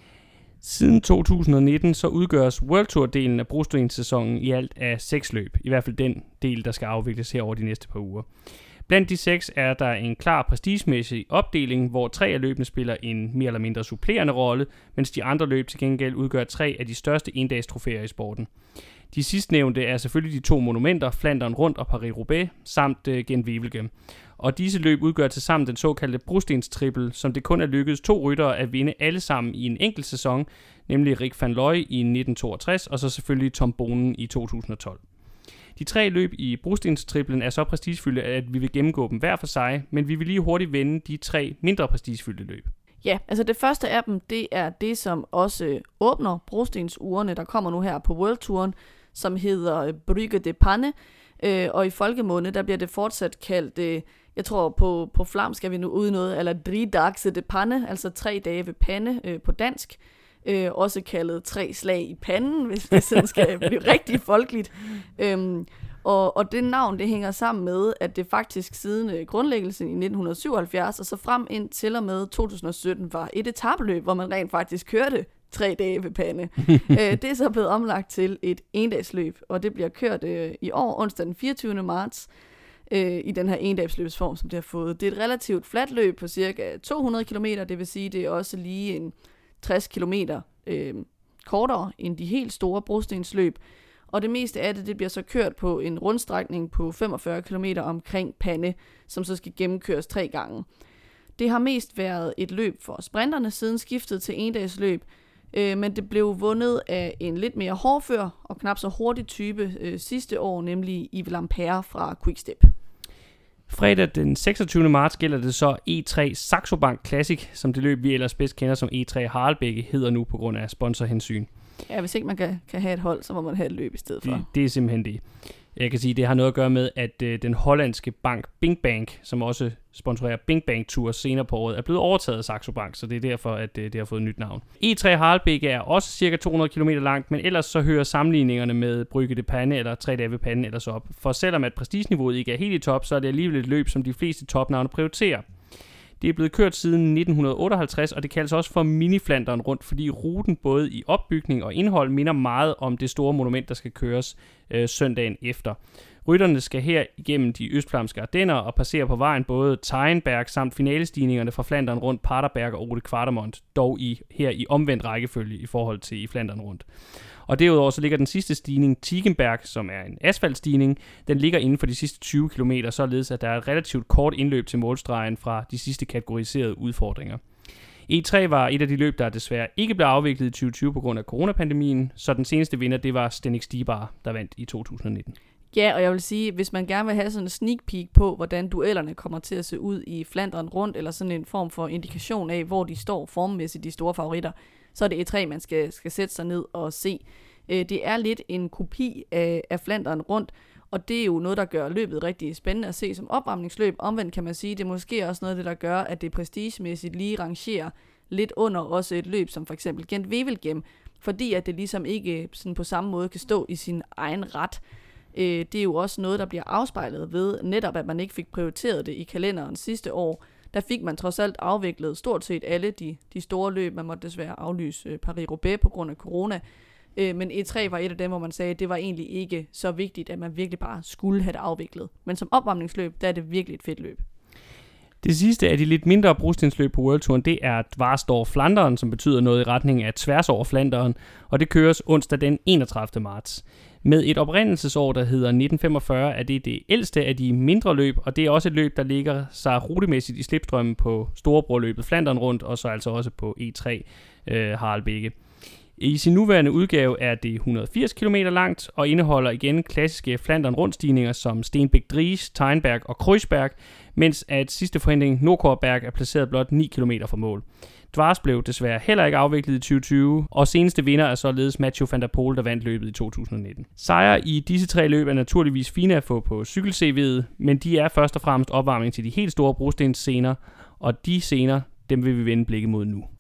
Siden 2019 så udgøres World Tour-delen af brostenssæsonen i alt af 6 løb, i hvert fald den del, der skal afvikles her over de næste par uger. Blandt de 6 er der en klar prestigemæssig opdeling, hvor 3 af løbene spiller en mere eller mindre supplerende rolle, mens de andre løb til gengæld udgør 3 af de største endagstrofæer i sporten. De sidstnævnte er selvfølgelig de 2 monumenter, Flandern Rundt og Paris-Roubaix, samt Gent-Wevelgem. Og disse løb udgør tilsammen den såkaldte brostenstrippel, som det kun er lykkedes 2 ryttere at vinde alle sammen i en enkelt sæson, nemlig Rick van Looy i 1962 og så selvfølgelig Tom Boonen i 2012. De 3 løb i brostenstriplen er så prestigefyldte, at vi vil gennemgå dem hver for sig, men vi vil lige hurtigt vende de 3 mindre prestigefyldte løb. Ja, altså det første af dem, det er det, som også åbner brostensurene, der kommer nu her på Worldtouren, som hedder Brygge de Panne, og i folkemunde, der bliver det fortsat kaldt, jeg tror på flam skal vi nu ud noget, eller Dridaxe de Panne, altså 3 dage ved pande på dansk, også kaldet 3 slag i panden, hvis det sådan skal blive rigtig folkeligt. Og det navn, det hænger sammen med, at det faktisk siden grundlæggelsen i 1977 og så frem ind til og med 2017 var et etapeløb, hvor man rent faktisk kørte 3 dage ved pande. Det er så blevet omlagt til et endagsløb, og det bliver kørt i år, onsdag den 24. marts, i den her endagsløbsform, som det har fået. Det er et relativt fladt løb på cirka 200 km, det vil sige, det er også lige en 60 km kortere end de helt store brostensløb. Og det meste af det bliver så kørt på en rundstrækning på 45 km omkring Panne, som så skal gennemkøres 3 gange. Det har mest været et løb for sprinterne siden skiftet til endagsløb, men det blev vundet af en lidt mere hårdfør og knap så hurtig type sidste år, nemlig Yves Lampaert fra Quickstep. Fredag den 26. marts gælder det så E3 Saxo Bank Classic, som det løb vi ellers bedst kender som E3 Harelbække, hedder nu på grund af sponsorhensyn. Ja, hvis ikke man kan have et hold, så må man have et løb i stedet for. Det er simpelthen det. Jeg kan sige, det har noget at gøre med, at den hollandske bank Bing Bank, som også sponsorerer Bing Bank Tours senere på året, er blevet overtaget af Saxo Bank, så det er derfor, at det har fået et nyt navn. E3 Harelbække er også cirka 200 km langt, men ellers så hører sammenligningerne med Brygge de Panne eller 3 dage ved Panne ellers op. For selvom at prestigeniveauet ikke er helt i top, så er det alligevel et løb, som de fleste topnavne prioriterer. Det er blevet kørt siden 1958, og det kaldes også for mini-Flandern Rundt, fordi ruten både i opbygning og indhold minder meget om det store monument, der skal køres søndagen efter. Rytterne skal her igennem de østflamske Ardenner og passere på vejen både Teijenberg samt finalestigningerne fra Flandern rundt, Paterberg og Route Quatermont, dog her i omvendt rækkefølge i forhold til i Flandern rundt. Og derudover så ligger den sidste stigning, Tiegenberg, som er en asfaltstigning, den ligger inden for de sidste 20 km, således at der er et relativt kort indløb til målstregen fra de sidste kategoriserede udfordringer. E3 var et af de løb, der desværre ikke blev afviklet i 2020 på grund af coronapandemien, så den seneste vinder, det var Zdeněk Stybar, der vandt i 2019. Ja, og jeg vil sige, hvis man gerne vil have sådan en sneak peek på, hvordan duellerne kommer til at se ud i Flandern rundt, eller sådan en form for indikation af, hvor de står formmæssigt, de store favoritter, så er det E3, man skal sætte sig ned og se. Det er lidt en kopi af Flandern rundt, og det er jo noget, der gør løbet rigtig spændende at se som opvarmningsløb. Omvendt kan man sige, det er måske også noget af det, der gør, at det prestigemæssigt lige rangerer lidt under også et løb som for eksempel Gent-Wevelgem, fordi at det ligesom ikke sådan på samme måde kan stå i sin egen ret. Det er jo også noget, der bliver afspejlet ved netop, at man ikke fik prioriteret det i kalenderen sidste år. Der fik man trods alt afviklet stort set alle de store løb. Man måtte desværre aflyse Paris-Roubaix på grund af corona. Men E3 var et af dem, hvor man sagde, at det var egentlig ikke så vigtigt, at man virkelig bare skulle have det afviklet. Men som opvarmningsløb, der er det virkelig et fedt løb. Det sidste af de lidt mindre brostensløb på Worldtouren, det er Dvarsdorf Flandern, som betyder noget i retning af tværs over Flandern, og det køres onsdag den 31. marts. Med et oprindelsesår, der hedder 1945, er det ældste af de mindre løb, og det er også et løb, der ligger sig rutemæssigt i slipstrømmen på storebrorløbet Flandern rundt, og så altså også på E3 Harelbeke. I sin nuværende udgave er det 180 km langt og indeholder igen klassiske Flandern rundstigninger som Steenbek-Dries, Teijenberg og Kreuzberg, mens at sidste forhindring Nordkorberg er placeret blot 9 km fra mål. Dvars blev desværre heller ikke afviklet i 2020, og seneste vinder er således Mathieu van der Poel, der vandt løbet i 2019. Sejre i disse 3 løb er naturligvis fine at få på cykel-CV'et, men de er først og fremmest opvarmning til de helt store brostensscener, og de scener, dem vil vi vende blikket mod nu.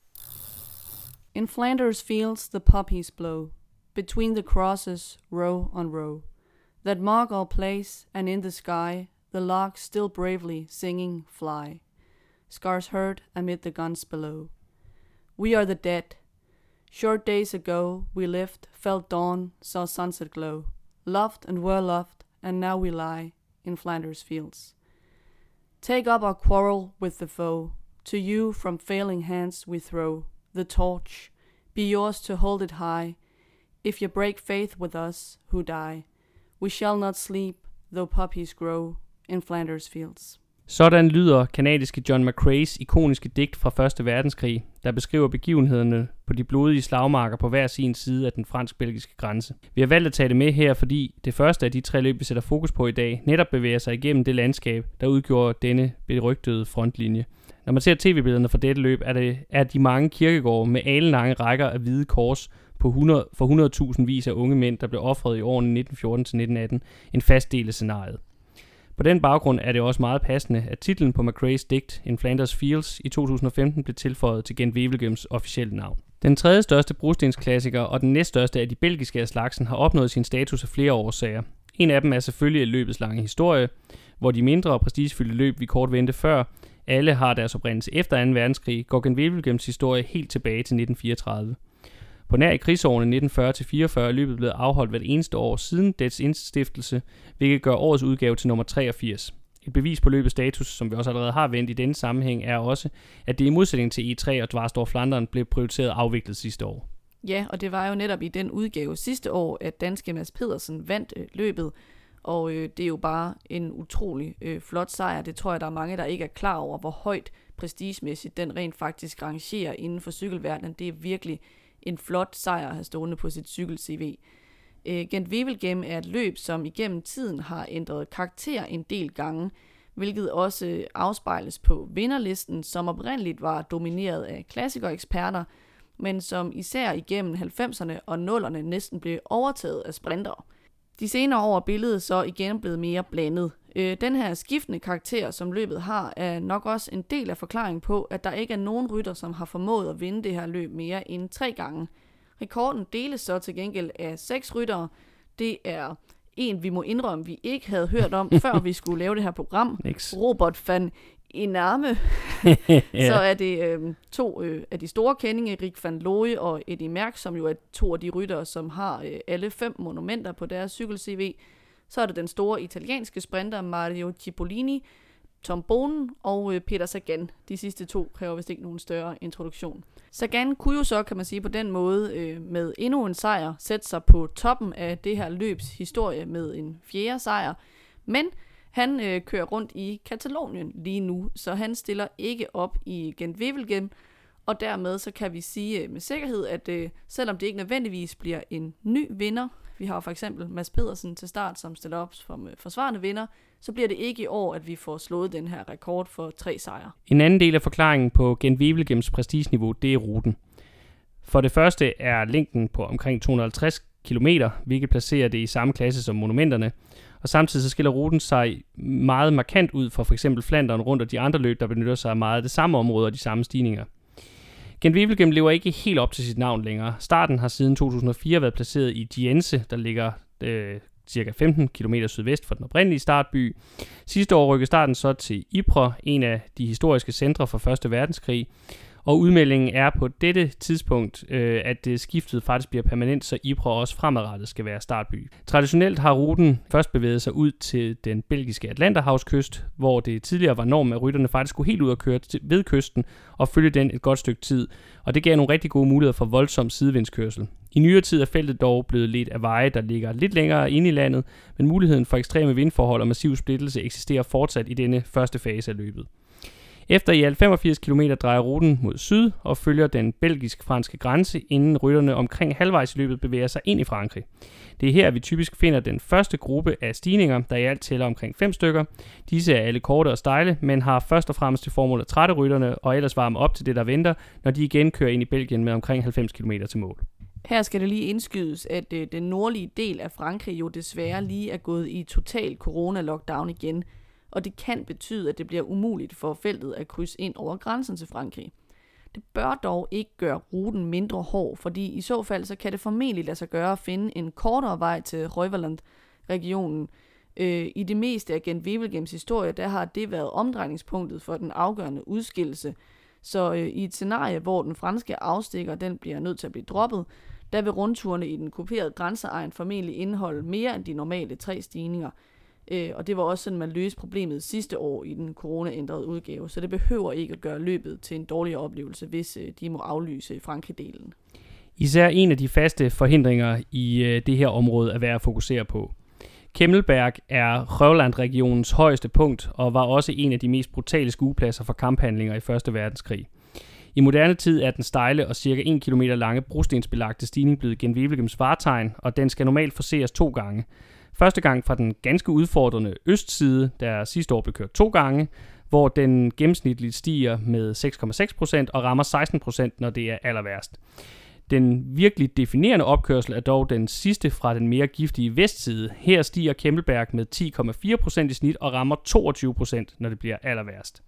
In Flanders fields the poppies blow, between the crosses, row on row. That mark our place, and in the sky, the larks still bravely singing fly. Scars heard amid the guns below. We are the dead. Short days ago we lived, felt dawn, saw sunset glow. Loved and were loved, and now we lie in Flanders fields. Take up our quarrel with the foe. To you from failing hands we throw the torch, be yours to hold it high. If you break faith with us who die, we shall not sleep, though poppies grow in Flanders fields. Sådan lyder kanadiske John McCraes ikoniske digt fra 1. verdenskrig, der beskriver begivenhederne på de blodige slagmarker på hver sin side af den fransk-belgiske grænse. Vi har valgt at tage det med her, fordi det første af de 3 løb, vi sætter fokus på i dag, netop bevæger sig igennem det landskab, der udgjorde denne berygtede frontlinje. Når man ser tv-billederne fra dette løb, er de mange kirkegårde med alenlange rækker af hvide kors for 100.000 vis af unge mænd, der blev ofret i årene 1914-1918, en fast del af scenariet. På den baggrund er det også meget passende, at titlen på McCraes digt In Flanders Fields i 2015 blev tilføjet til Gent-Wevelgems officielle navn. Den tredje største brostensklassiker og den næststørste af de belgiske af slagsen har opnået sin status af flere årsager. En af dem er selvfølgelig løbets lange historie, hvor de mindre og prestigefyldte løb, vi kort vendte før, alle har deres oprindelse efter 2. verdenskrig, går Gent-Wevelgems historie helt tilbage til 1934. På nær i krigsårene 1940-44 er løbet blevet afholdt hvert eneste år siden dets indstiftelse, hvilket gør årets udgave til nummer 83. Et bevis på løbets status, som vi også allerede har vendt i denne sammenhæng, er også, at det i modsætning til E3 og Dvarsdorf Flandern blev prioriteret afviklet sidste år. Ja, og det var jo netop i den udgave sidste år, at danske Mads Pedersen vandt løbet, og det er jo bare en utrolig flot sejr. Det tror jeg, der er mange, der ikke er klar over, hvor højt prestigemæssigt den rent faktisk rangerer inden for cykelverdenen. Det er virkelig en flot sejr at have stående på sit cykel-CV. Gent-Wevelgem er et løb, som igennem tiden har ændret karakter en del gange, hvilket også afspejles på vinderlisten, som oprindeligt var domineret af klassikereksperter, men som især igennem 90'erne og 0'erne næsten blev overtaget af sprintere. De senere år er billedet så igen blevet mere blandet. Den her skiftende karakter, som løbet har, er nok også en del af forklaringen på, at der ikke er nogen rytter, som har formået at vinde det her løb mere end 3 gange. Rekorden deles så til gengæld af 6 ryttere. Det er en, vi må indrømme, vi ikke havde hørt om, før vi skulle lave det her program. Robert van Iname. Så er det 2 af de store kendinge, Rick van Looy og Eddy Merckx, som jo er 2 af de ryttere, som har alle 5 monumenter på deres cykel-CV. Så er det den store italienske sprinter Mario Cipollini, Tom Bonen og Peter Sagan. De sidste 2 kræver vist ikke nogen større introduktion. Sagan kunne jo så, kan man sige, på den måde med endnu en sejr sætte sig på toppen af det her løbs historie med en 4. sejr. Men han kører rundt i Katalonien lige nu, så han stiller ikke op i Gent-Wevelgem. Og dermed så kan vi sige med sikkerhed, at selvom det ikke nødvendigvis bliver en ny vinder, vi har for eksempel Mads Pedersen til start, som stiller op som forsvarende vinder, så bliver det ikke i år, at vi får slået den her rekord for 3 sejre. En anden del af forklaringen på Gent-Wevelgems prestigeniveau, det er ruten. For det første er længden på omkring 250 km, hvilket placerer det i samme klasse som monumenterne. Og samtidig så skiller ruten sig meget markant ud fra f.eks. Flandern rundt og de andre løb, der benytter sig meget af det samme område og de samme stigninger. Gent-Wevelgem lever ikke helt op til sit navn længere. Starten har siden 2004 været placeret i Giense, der ligger cirka 15 km sydvest for den oprindelige startby. Sidste år rykkede starten så til Ypres, en af de historiske centre for 1. verdenskrig. Og udmeldingen er på dette tidspunkt, at skiftet faktisk bliver permanent, så Ypres også fremadrettet skal være startby. Traditionelt har ruten først bevæget sig ud til den belgiske Atlanterhavskyst, hvor det tidligere var normen, at rytterne faktisk skulle helt ud og køre ved kysten og følge den et godt stykke tid. Og det gav nogle rigtig gode muligheder for voldsom sidevindskørsel. I nyere tid er feltet dog blevet ledt af veje, der ligger lidt længere inde i landet, men muligheden for ekstreme vindforhold og massiv splittelse eksisterer fortsat i denne første fase af løbet. Efter i alt 85 km drejer ruten mod syd og følger den belgisk-franske grænse, inden rytterne omkring halvvejs i løbet bevæger sig ind i Frankrig. Det er her, vi typisk finder den første gruppe af stigninger, der i alt tæller omkring 5 stykker. Disse er alle korte og stejle, men har først og fremmest til formål at trætte rytterne og ellers varme op til det, der venter, når de igen kører ind i Belgien med omkring 90 km til mål. Her skal det lige indskydes, at den nordlige del af Frankrig jo desværre lige er gået i total corona-lockdown igen, og det kan betyde, at det bliver umuligt for feltet at krydse ind over grænsen til Frankrig. Det bør dog ikke gøre ruten mindre hård, fordi i så fald så kan det formentlig lade sig gøre at finde en kortere vej til Reuverland-regionen. I det meste af Gent-Wevelgems historie, der har det været omdrejningspunktet for den afgørende udskillelse. Så i et scenarie, hvor den franske afstikker den bliver nødt til at blive droppet, der vil rundturene i den kuperede grænseegn formentlig indeholde mere end de normale 3 stigninger. Og det var også sådan, man løste problemet sidste år i den corona-ændrede udgave, så det behøver ikke at gøre løbet til en dårligere oplevelse, hvis de må aflyse Frankrig-delen. Især en af de faste forhindringer i det her område er værd at fokusere på. Kemmelberg er Reuverland-regionens højeste punkt og var også en af de mest brutale skuepladser for kamphandlinger i 1. verdenskrig. I moderne tid er den stejle og cirka 1 km lange brostensbelagte stigning blevet Gent-Wevelgems vartegn, og den skal normalt forceres 2 gange. Første gang fra den ganske udfordrende østside, der sidste år blev kørt 2 gange, hvor den gennemsnitligt stiger med 6,6% og rammer 16%, når det er aller værst. Den virkelig definerende opkørsel er dog den sidste fra den mere giftige vestside. Her stiger Kemmelberg med 10,4% i snit og rammer 22%, når det bliver aller værst.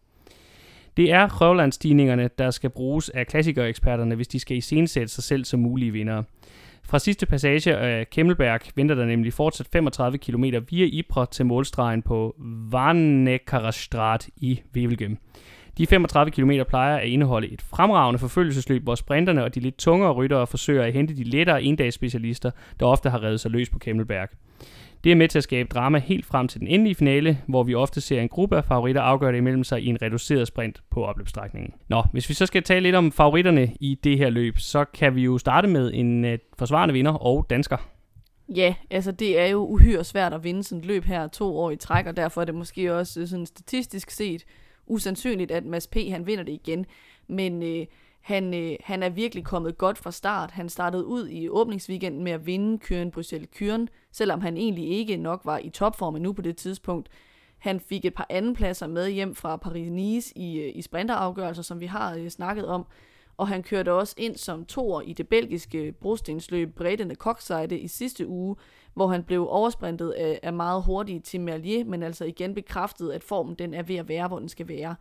Det er Reuverland-stigningerne, der skal bruges af klassikereksperterne, hvis de skal iscenesætte sig selv som mulige vindere. Fra sidste passage af Kemmelberg venter der nemlig fortsat 35 km via Ypres til målstregen på Warneckerestraat i Wevelgem. De 35 km plejer at indeholde et fremragende forfølgelsesløb, hvor sprinterne og de lidt tungere ryttere forsøger at hente de lettere endagsspecialister, der ofte har revet sig løs på Kemmelberg. Det er med til at skabe drama helt frem til den endelige finale, hvor vi ofte ser en gruppe af favoritter afgøre det imellem sig i en reduceret sprint på opløbsstrækningen. Nå, hvis vi så skal tale lidt om favoritterne i det her løb, så kan vi jo starte med en forsvarende vinder og dansker. Ja, altså det er jo uhyre svært at vinde sådan et løb her 2 år i træk, og derfor er det måske også sådan statistisk set usandsynligt, at Mads P. han vinder det igen. Men han er virkelig kommet godt fra start. Han startede ud i åbningsweekenden med at vinde Kuren-Bruxelles-Kuren, selvom han egentlig ikke nok var i topform endnu på det tidspunkt. Han fik et par andenpladser med hjem fra Paris-Nice i sprinterafgørelser, som vi har snakket om. Og han kørte også ind som 2'er i det belgiske brostensløb Bredene Koksejde i sidste uge, hvor han blev oversprintet af meget hurtige Tim Merlier, men altså igen bekræftet, at formen den er ved at være, hvor den skal være.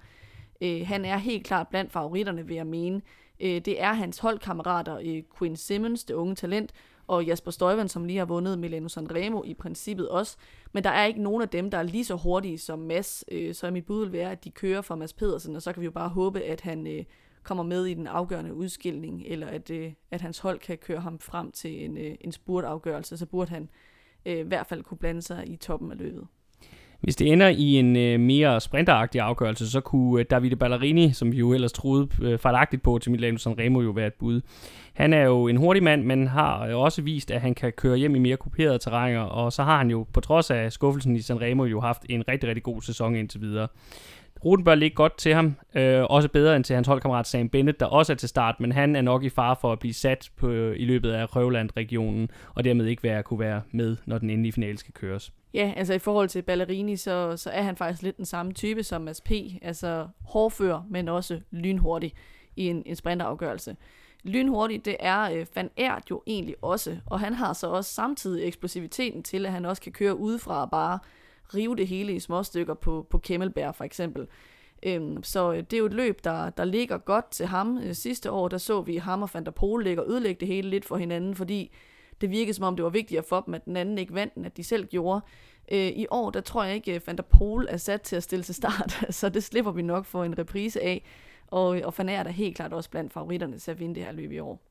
Han er helt klart blandt favoritterne, vil jeg mene. Det er hans holdkammerater Quinn Simmons, det unge talent, og Jasper Stuyven, som lige har vundet Milano Sanremo i princippet også. Men der er ikke nogen af dem, der er lige så hurtige som Mads, så mit bud vil være, at de kører for Mads Pedersen, og så kan vi jo bare håbe, at han kommer med i den afgørende udskilning, eller at hans hold kan køre ham frem til en spurtafgørelse, så burde han i hvert fald kunne blande sig i toppen af løbet. Hvis det ender i en mere sprinteragtig afgørelse, så kunne Davide Ballerini, som vi jo ellers troede fejlagtigt på til Milano Sanremo, jo være et bud. Han er jo en hurtig mand, men har også vist, at han kan køre hjem i mere kuperede terrænger, og så har han jo på trods af skuffelsen i Sanremo jo haft en rigtig, rigtig god sæson indtil videre. Ruten bør ligge godt til ham, også bedre end til hans holdkammerat Sam Bennett, der også er til start, men han er nok i fare for at blive sat i løbet af Røvland-regionen, og dermed ikke kunne være med, når den endelige finale skal køres. Ja, altså i forhold til Ballerini, så er han faktisk lidt den samme type som Mads P. Altså hårdfør, men også lynhurtig i en sprinterafgørelse. Lynhurtig, det er Van Aert jo egentlig også, og han har så også samtidig eksplosiviteten til, at han også kan køre udefra og bare rive det hele i små stykker på Kemmelberg for eksempel. Så det er jo et løb, der ligger godt til ham. Sidste år, der så vi ham og Van der Poel ligge og ødelægge det hele lidt for hinanden, fordi det virkede som om, det var vigtigere for dem, at den anden ikke vandt, end at de selv gjorde. I år, der tror jeg ikke, Van der Poel er sat til at stille til start, så det slipper vi nok for en reprise af. Og Van Aert er helt klart også blandt favoritterne til at vinde det her løb i år.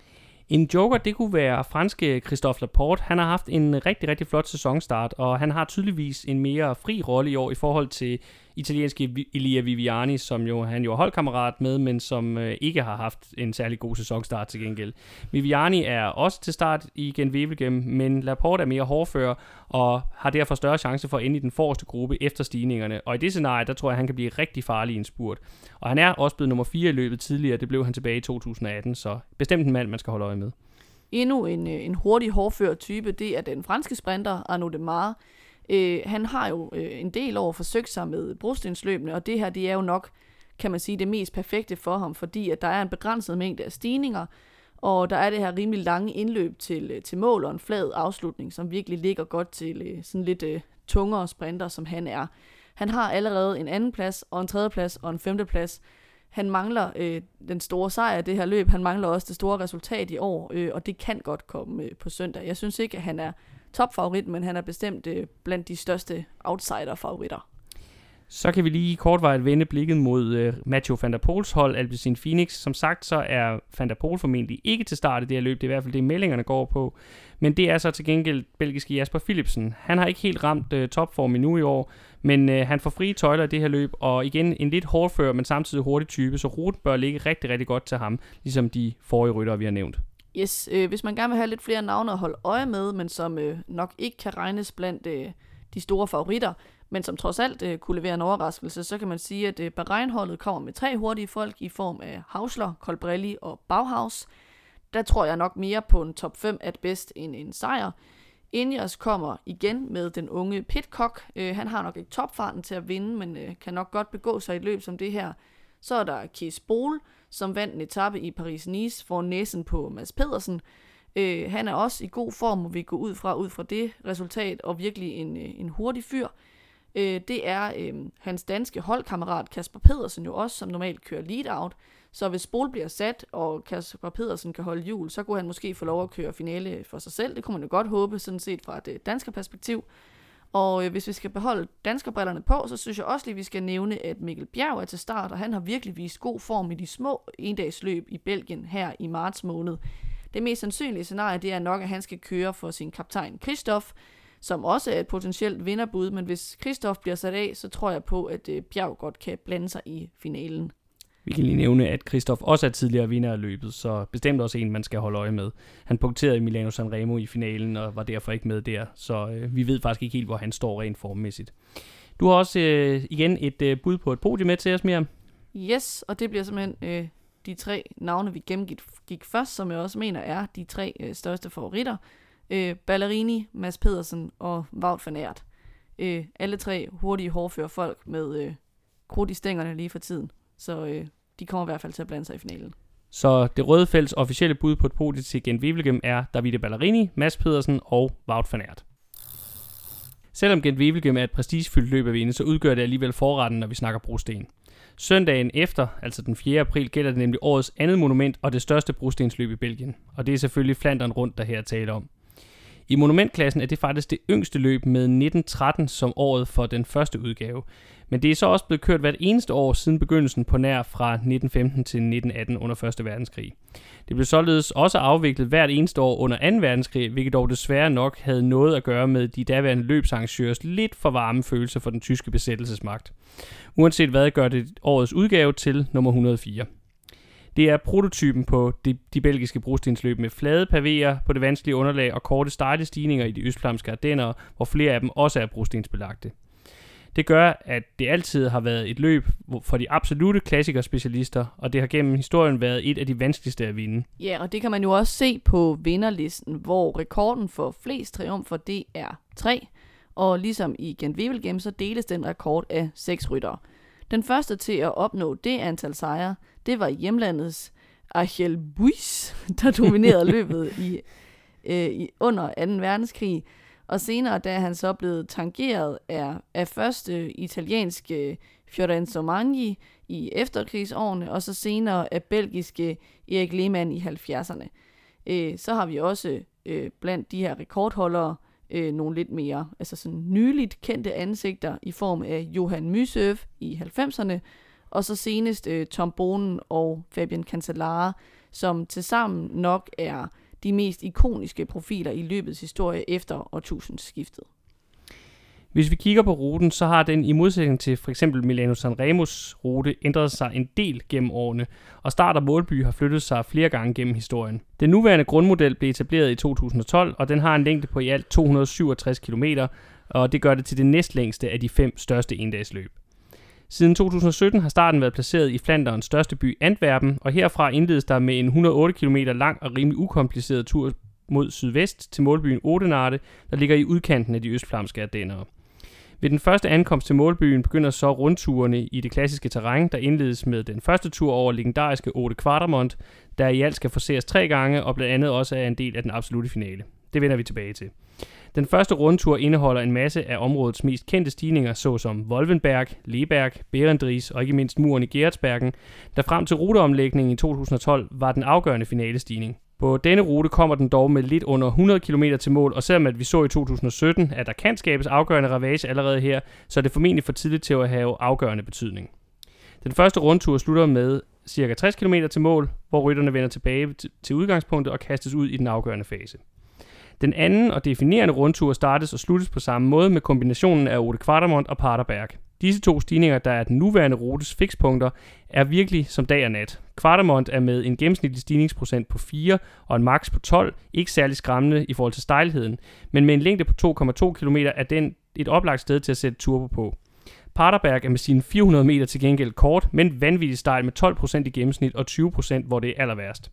En joker, det kunne være franske Christophe Laporte. Han har haft en rigtig, rigtig flot sæsonstart, og han har tydeligvis en mere fri rolle i år i forhold til italienske Elia Viviani, som jo han jo er holdkammerat med, men som ikke har haft en særlig god sæsonstart til gengæld. Viviani er også til start i Gent-Wevelgem, men Laporte er mere hårdfører og har derfor større chance for at ende i den forreste gruppe efter stigningerne. Og i det scenarie, der tror jeg, han kan blive rigtig farlig i en spurt. Og han er også blevet nummer 4 i løbet tidligere, det blev han tilbage i 2018, så bestemt en mand, man skal holde øje med. Endnu en hurtig hårdfører type, det er den franske sprinter Arnaud Démare. Han har jo en del år forsøgt sig med brostensløbene, og det her, det er jo nok, kan man sige, det mest perfekte for ham, fordi at der er en begrænset mængde af stigninger, og der er det her rimelig lange indløb til mål og en flad afslutning, som virkelig ligger godt til sådan lidt tungere sprinter, som han er. Han har allerede en anden plads, og en tredje plads, og en femte plads. Han mangler den store sejr af det her løb, han mangler også det store resultat i år, og det kan godt komme på søndag. Jeg synes ikke, at han er topfavorit, men han er bestemt blandt de største outsider-favoritter. Så kan vi lige kortvarigt vende blikket mod Mathieu van der Poels hold, Alpecin Phoenix. Som sagt, så er Van der Poel formentlig ikke til start i det her løb. Det er i hvert fald det, meldingerne går på. Men det er så til gengæld belgiske Jasper Philipsen. Han har ikke helt ramt topform endnu i år, men han får frie tøjler i det her løb, og igen en lidt hårdfører, men samtidig hurtig type, så ruten bør ligge rigtig, rigtig godt til ham, ligesom de forrige ryttere, vi har nævnt. Yes, hvis man gerne vil have lidt flere navne at holde øje med, men som nok ikke kan regnes blandt de store favoritter, men som trods alt kunne levere en overraskelse, så kan man sige, at Bahrein-holdet kommer med 3 hurtige folk i form af Hausler, Colbrelli og Bauhaus. Der tror jeg nok mere på en top 5 at bedst end en sejr. Ineos kommer igen med den unge Pidcock. Han har nok ikke topfarten til at vinde, men kan nok godt begå sig i et løb som det her. Så er der Kees Bol, som vandt en etape i Paris-Nice for næsen på Mads Pedersen. Han er også i god form, må vi gå ud fra det resultat, og virkelig en hurtig fyr. Det er hans danske holdkammerat Kasper Pedersen jo også, som normalt kører lead-out. Så hvis Bol bliver sat, og Kasper Pedersen kan holde hjul, så kunne han måske få lov at køre finale for sig selv. Det kunne man jo godt håbe, sådan set fra et danske perspektiv. Og hvis vi skal beholde danskerbrillerne på, så synes jeg også lige, vi skal nævne, at Mikkel Bjerg er til start, og han har virkelig vist god form i de små endagsløb i Belgien her i marts måned. Det mest sandsynlige scenarie, det er nok, at han skal køre for sin kaptajn Christoph, som også er et potentielt vinderbud, men hvis Christoph bliver sat af, så tror jeg på, at Bjerg godt kan blande sig i finalen. Vi kan lige nævne, at Christoph også er tidligere vinder af løbet, så bestemt også en, man skal holde øje med. Han punkterede i Milano Sanremo i finalen og var derfor ikke med der, så vi ved faktisk ikke helt, hvor han står rent formmæssigt. Du har også igen et bud på et podium med til os, Miriam. Yes, og det bliver simpelthen de 3 navne, vi gennemgik først, som jeg også mener er de 3 største favoritter. Ballerini, Mads Pedersen og Wout van Aert. Alle 3 hurtige hårdføre folk med krudt i stængerne lige for tiden. Så de kommer i hvert fald til at blande sig i finalen. Så det røde felts officielle bud på et podium til Gent-Wevelgem er Davide Ballerini, Mads Pedersen og Wout van Aert. Selvom Gent-Wevelgem er et prestigefyldt løb at vinde, så udgør det alligevel forretten, når vi snakker brosten. Søndagen efter, altså den 4. april, gælder det nemlig årets andet monument og det største brostensløb i Belgien. Og det er selvfølgelig Flandern Rundt, der her taler om. I monumentklassen er det faktisk det yngste løb med 1913 som året for den første udgave. Men det er så også blevet kørt hvert eneste år siden begyndelsen på nær fra 1915 til 1918 under 1. verdenskrig. Det blev således også afviklet hvert eneste år under 2. verdenskrig, hvilket dog desværre nok havde noget at gøre med de daværende løbsarrangørers lidt for varme følelser for den tyske besættelsesmagt. Uanset hvad gør det årets udgave til nummer 104. Det er prototypen på de belgiske brostensløb med flade pavéer på det vanskelige underlag og korte stejle stigninger i de østflamske Ardenner, hvor flere af dem også er brostensbelagte. Det gør, at det altid har været et løb for de absolute klassikerspecialister, og det har gennem historien været et af de vanskeligste at vinde. Ja, og det kan man jo også se på vinderlisten, hvor rekorden for flest triumfer, det er 3. Og ligesom i Gent-Wevelgem, så deles den rekord af 6 ryttere. Den første til at opnå det antal sejre, det var hjemlandets Achel Buys, der dominerede løbet under 2. verdenskrig. Og senere, da han så blev tangeret af første italienske Fiorenzo Magni i efterkrigsårene, og så senere af belgiske Erik Lehmann i 70'erne. Så har vi også blandt de her rekordholdere nogle lidt mere altså sådan nyligt kendte ansigter i form af Johan Museeuw i 90'erne, og så senest Tom Bonen og Fabian Cancellara, som tilsammen nok er de mest ikoniske profiler i løbets historie efter årtusindskiftet. Hvis vi kigger på ruten, så har den i modsætning til f.eks. Milano Sanremos rute ændret sig en del gennem årene, og start og målby har flyttet sig flere gange gennem historien. Den nuværende grundmodel blev etableret i 2012, og den har en længde på i alt 267 km, og det gør det til det næstlængste af de 5 største endagsløb. Siden 2017 har starten været placeret i Flanderens største by Antwerpen, og herfra indledes der med en 108 km lang og rimelig ukompliceret tur mod sydvest til målbyen Oudenaarde, der ligger i udkanten af de østflamske Ardenner. Ved den første ankomst til målbyen begynder så rundturene i det klassiske terræn, der indledes med den første tur over legendariske Haute Quatermont, der i alt skal forceres 3 gange og blandt andet også er en del af den absolute finale. Det vender vi tilbage til. Den første rundtur indeholder en masse af områdets mest kendte stigninger, såsom Wolvenberg, Leberg, Berendries og ikke mindst muren i Geretsbergen, der frem til ruteomlægningen i 2012 var den afgørende finalestigning. På denne rute kommer den dog med lidt under 100 km til mål, og selvom at vi så i 2017, at der kan skabes afgørende ravage allerede her, så er det formentlig for tidligt til at have afgørende betydning. Den første rundtur slutter med ca. 60 km til mål, hvor rytterne vender tilbage til udgangspunktet og kastes ud i den afgørende fase. Den anden og definerende rundtur startes og sluttes på samme måde med kombinationen af Haute Quatermont og Paterberg. Disse 2 stigninger, der er den nuværende rutes fikspunkter, er virkelig som dag og nat. Quatermont er med en gennemsnitlig stigningsprocent på 4 og en max på 12, ikke særlig skræmmende i forhold til stejlheden, men med en længde på 2,2 km er den et oplagt sted til at sætte turbo på. Paterberg er med sine 400 meter til gengæld kort, men vanvittigt stejl med 12% i gennemsnit og 20%, hvor det er aller værst.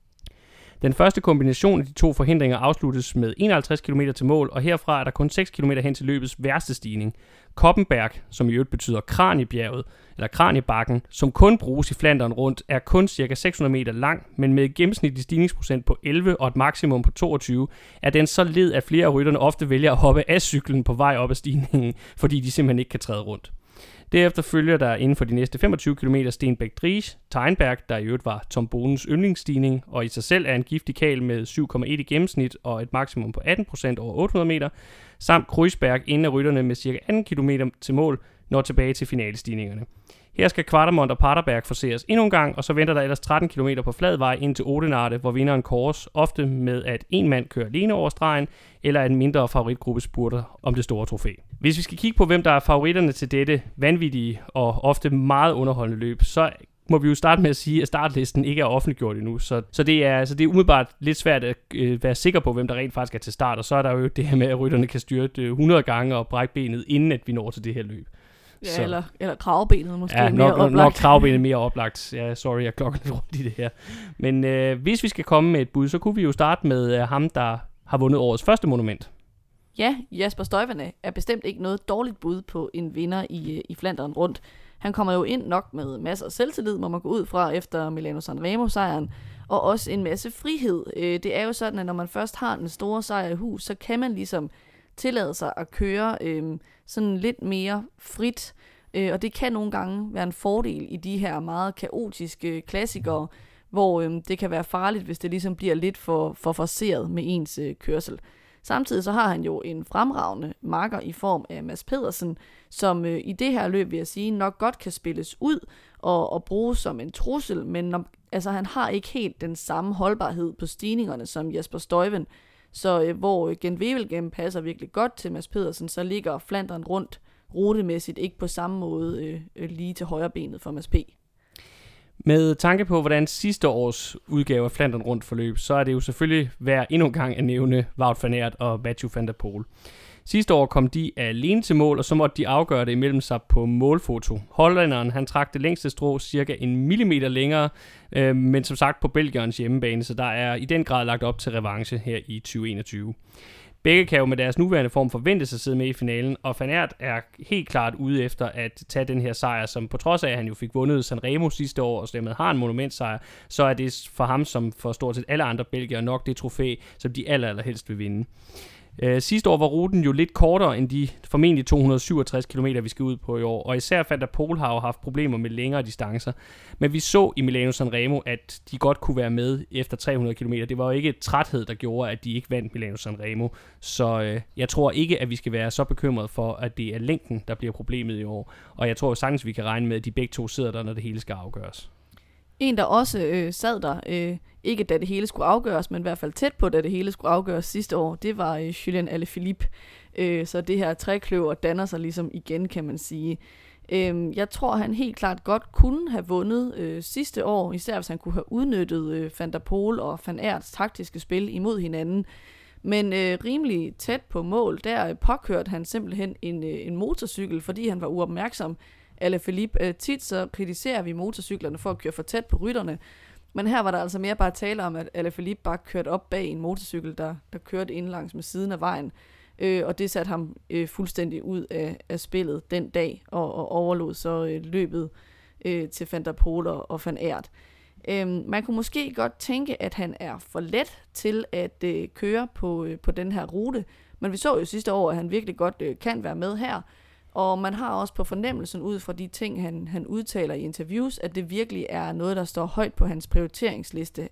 Den første kombination af de 2 forhindringer afsluttes med 51 km til mål, og herfra er der kun 6 km hen til løbets værste stigning. Koppenberg, som i øvrigt betyder Kraniebjerget, eller Kraniebakken, som kun bruges i Flandern rundt, er kun ca. 600 meter lang, men med et gennemsnitlig stigningsprocent på 11 og et maksimum på 22, er den så led, at flere af rytterne ofte vælger at hoppe af cyklen på vej op ad stigningen, fordi de simpelthen ikke kan træde rundt. Derefter følger der inden for de næste 25 km Steenbeck-Dries, Teinberg, der i øvrigt var Tom Bonens yndlingsstigning, og i sig selv er en giftig kal med 7,1 i gennemsnit og et maksimum på 18% over 800 meter, samt Kruisberg, inden af rytterne med ca. 18 km til mål, når tilbage til finalestigningerne. Her skal Quatermont og Paterberg forceres endnu en gang, og så venter der ellers 13 km på flad vej ind til Oudenaarde, hvor vinderen kåres, ofte med at en mand kører alene over stregen, eller at en mindre favoritgruppe spurter om det store trofæ. Hvis vi skal kigge på, hvem der er favoritterne til dette vanvittige og ofte meget underholdende løb, så må vi jo starte med at sige, at startlisten ikke er offentliggjort endnu. Så det er umiddelbart lidt svært at være sikker på, hvem der rent faktisk er til start, og så er der jo det her med, at rytterne kan styrte 100 gange og brække benet, inden at vi når til det her løb. Ja, eller kravbenet måske ja, mere oplagt. nok kravbenet mere oplagt. Ja, sorry, jeg klokker lidt rundt i det her. Men hvis vi skal komme med et bud, så kunne vi jo starte med ham, der har vundet årets første monument. Ja, Jasper Stuyvesant er bestemt ikke noget dårligt bud på en vinder i Flandern rundt. Han kommer jo ind nok med masser af selvtillid, må man gå ud fra efter Milano Sanremo-sejren, og også en masse frihed. Det er jo sådan, at når man først har den store sejr i hus, så kan man ligesom tillade sig at køre sådan lidt mere frit, og det kan nogle gange være en fordel i de her meget kaotiske klassikere, hvor det kan være farligt, hvis det ligesom bliver lidt for forceret med ens kørsel. Samtidig så har han jo en fremragende makker i form af Mads Pedersen, som i det her løb, vil jeg sige, nok godt kan spilles ud og bruges som en trussel, men han har ikke helt den samme holdbarhed på stigningerne som Jesper Stuyven. Så hvor Gent Wevelgem passer virkelig godt til Mads Pedersen, så ligger Flandern Rundt rutemæssigt ikke på samme måde lige til højre benet for Mads P. Med tanke på, hvordan sidste års udgave af Flandern Rundt forløb, så er det jo selvfølgelig værd endnu en gang at nævne Wout van Aert og Mathieu van der Poel. Sidste år kom de alene til mål, og så måtte de afgøre det imellem sig på målfoto. Hollænderen, han trak det længste strå cirka 1 millimeter længere, men som sagt på belgiernes hjemmebane, så der er i den grad lagt op til revanche her i 2021. Begge kan jo med deres nuværende form forventes at sidde med i finalen, og Van Aert er helt klart ude efter at tage den her sejr, som på trods af, at han jo fik vundet Sanremo sidste år, og dermed har en monumentsejr, så er det for ham, som for stort set alle andre belgiere, nok det trofæ, som de allerhelst vil vinde. Sidste år var ruten jo lidt kortere end de formentlig 267 km, vi skal ud på i år, og især Van der Poel har jo haft problemer med længere distancer. Men vi så i Milano Sanremo, at de godt kunne være med efter 300 km. Det var jo ikke træthed, der gjorde, at de ikke vandt Milano Sanremo. Så jeg tror ikke, at vi skal være så bekymrede for, at det er længden, der bliver problemet i år. Og jeg tror sagtens, vi kan regne med, at de begge to sidder der, når det hele skal afgøres. En, der også sad der, ikke da det hele skulle afgøres, men i hvert fald tæt på, da det hele skulle afgøres sidste år, det var Julian Alaphilippe. Så det her trækløver danner sig ligesom igen, kan man sige. Jeg tror, han helt klart godt kunne have vundet sidste år, især hvis han kunne have udnyttet Van der Poel og Van Aerts taktiske spil imod hinanden. Men rimelig tæt på mål, der påkørte han simpelthen en motorcykel, fordi han var uopmærksom. Alaphilippe, tit så kritiserer vi motorcyklerne for at køre for tæt på rytterne, men her var der altså mere bare tale om, at Alaphilippe bare kørte op bag en motorcykel, der kørte indlangs med siden af vejen, og det satte ham fuldstændig ud af spillet den dag, og overlod så løbet til Van der Poel og Van Aert. Man kunne måske godt tænke, at han er for let til at køre på den her rute, men vi så jo sidste år, at han virkelig godt kan være med her. Og man har også på fornemmelsen ud fra de ting, han udtaler i interviews, at det virkelig er noget, der står højt på hans prioriteringsliste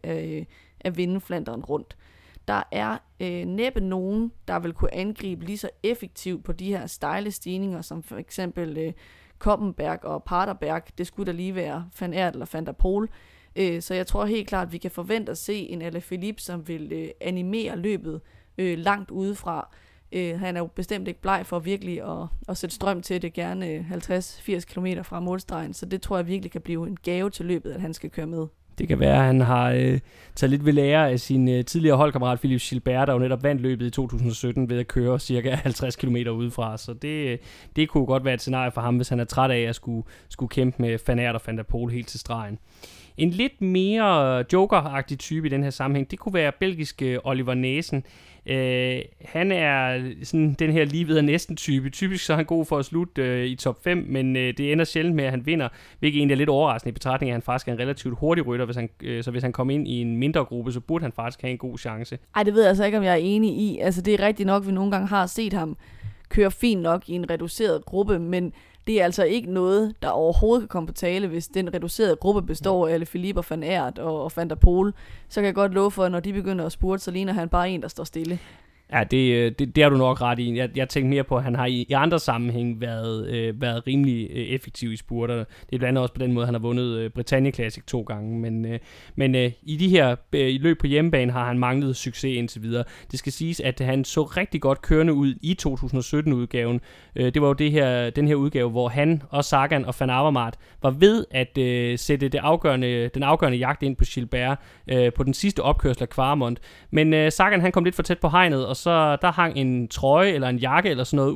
at vinde Flandern Rundt. Der er næppe nogen, der vil kunne angribe lige så effektivt på de her stejle stigninger, som for eksempel Koppenberg og Paterberg. Det skulle da lige være Van Aert eller Van der Poel. Så jeg tror helt klart, at vi kan forvente at se en Alaphilippe, som vil animere løbet langt udefra. Han er jo bestemt ikke bleg for virkelig at sætte strøm til det, gerne 50-80 km fra målstregen, så det tror jeg virkelig kan blive en gave til løbet, at han skal køre med. Det kan være, at han har taget lidt ved lære af sin tidligere holdkammerat Philippe Gilbert, der jo netop vandt løbet i 2017 ved at køre cirka 50 km udefra. Så det kunne godt være et scenarie for ham, hvis han er træt af at skulle kæmpe med Van Aert og Van der Poel helt til stregen. En lidt mere joker-agtig type i den her sammenhæng, det kunne være belgiske Oliver Naesen. Han er sådan den her lige ved næsten type. Typisk så er han god for at slutte i top 5, men det ender sjældent med, at han vinder, hvilket egentlig er lidt overraskende i betragtning af, at han faktisk er en relativt hurtig rytter. Så hvis han kommer ind i en mindre gruppe, så burde han faktisk have en god chance. Ej, det ved jeg altså ikke, om jeg er enig i. Altså, det er rigtigt nok, vi nogle gange har set ham køre fint nok i en reduceret gruppe, men det er altså ikke noget, der overhovedet kan komme på tale, hvis den reducerede gruppe består af Alaphilippe og Van Aert og Van der Poel. Så kan jeg godt love for, at når de begynder at spurte, så ligner han bare en, der står stille. Ja, det har du nok ret i. Jeg tænkte mere på, at han har i andre sammenhæng været rimelig effektiv i spurterne. Det er blandt andet også på den måde, han har vundet Britannia Classic 2 gange. Men i de her løb på hjemmebane har han manglet succes indtil videre. Det skal siges, at han så rigtig godt kørende ud i 2017-udgaven. Det var jo den her udgave, hvor han og Sagan og Van Avermaet var ved at sætte den afgørende jagt ind på Gilbert på den sidste opkørsel af Kvaremont. Men Sagan han kom lidt for tæt på hegnet, og så der hang en trøje eller en jakke eller sådan noget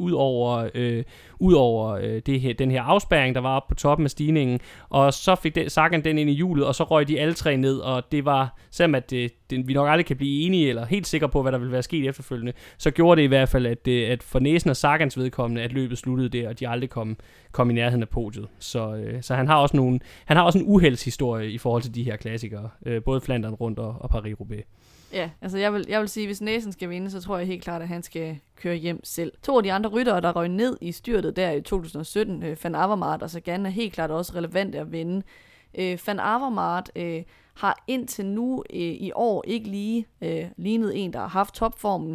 ud over den her afspærring, der var oppe på toppen af stigningen, og så fik Sagan den ind i hjulet, og så røg de alle tre ned, og det var, selvom at vi nok aldrig kan blive enige eller helt sikre på, hvad der vil være sket efterfølgende, så gjorde det i hvert fald, at for Naesen og Sagans vedkommende, at løbet sluttede der, og de aldrig kom i nærheden af podiet. Så han har også en uheldshistorie i forhold til de her klassikere, både Flandern Rundt og Paris-Roubaix. Ja, altså jeg vil sige, hvis Naesen skal vinde, så tror jeg helt klart, at han skal køre hjem selv. 2 af de andre ryttere, der røg ned i styrtet der i 2017, Van Avermaet og Sagan, er helt klart også relevant at vinde. Van Avermaet har indtil nu i år ikke lige lignet en, der har haft topformen.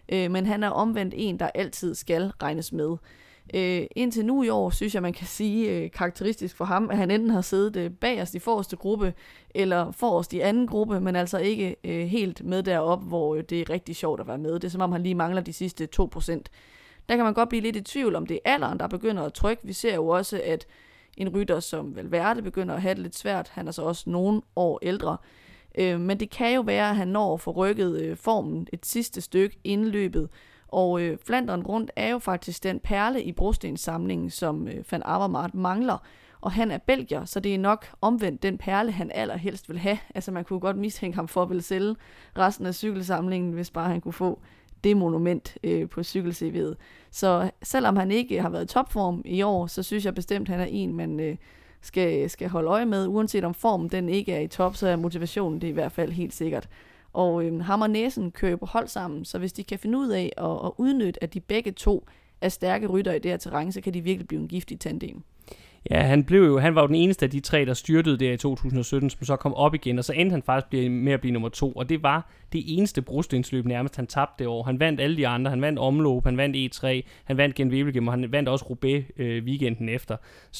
Men han er omvendt en, der altid skal regnes med. Indtil nu i år, synes jeg, man kan sige karakteristisk for ham, at han enten har siddet bagerst i forreste gruppe, eller forrest i anden gruppe, men altså ikke helt med deroppe, hvor det er rigtig sjovt at være med. Det er som om, han lige mangler de sidste 2%. Der kan man godt blive lidt i tvivl om det er alderen, der begynder at trykke. Vi ser jo også, at en rytter som Valverde begynder at have det lidt svært. Han er så også nogle år ældre. Men det kan jo være, at han når at få rykket formen et sidste stykke inden løbet. Og Flandern Rundt er jo faktisk den perle i brostenssamlingen, som Van Avermaet mangler. Og han er belgier, så det er nok omvendt den perle, han allerhelst vil have. Altså man kunne godt mistænke ham for at ville sælge resten af cykelsamlingen, hvis bare han kunne få det monument på cykel-CV'et. Så selvom han ikke har været i topform i år, så synes jeg bestemt, at han er en, man skal holde øje med. Uanset om formen den ikke er i top, så er motivationen det i hvert fald helt sikkert. Og ham og Næsen kører jo på hold sammen, så hvis de kan finde ud af at udnytte, at de begge to er stærke rytter i det her terræn, så kan de virkelig blive en giftig tandem. Ja, han var jo den eneste af de 3, der styrtede der i 2017, som så kom op igen, og så endte han faktisk med at blive nummer 2, og det var det eneste brostensløb nærmest, han tabte det år. Han vandt alle de andre, han vandt omløb, han vandt E3, han vandt Gent-Wevelgem, og han vandt også Roubaix weekenden efter.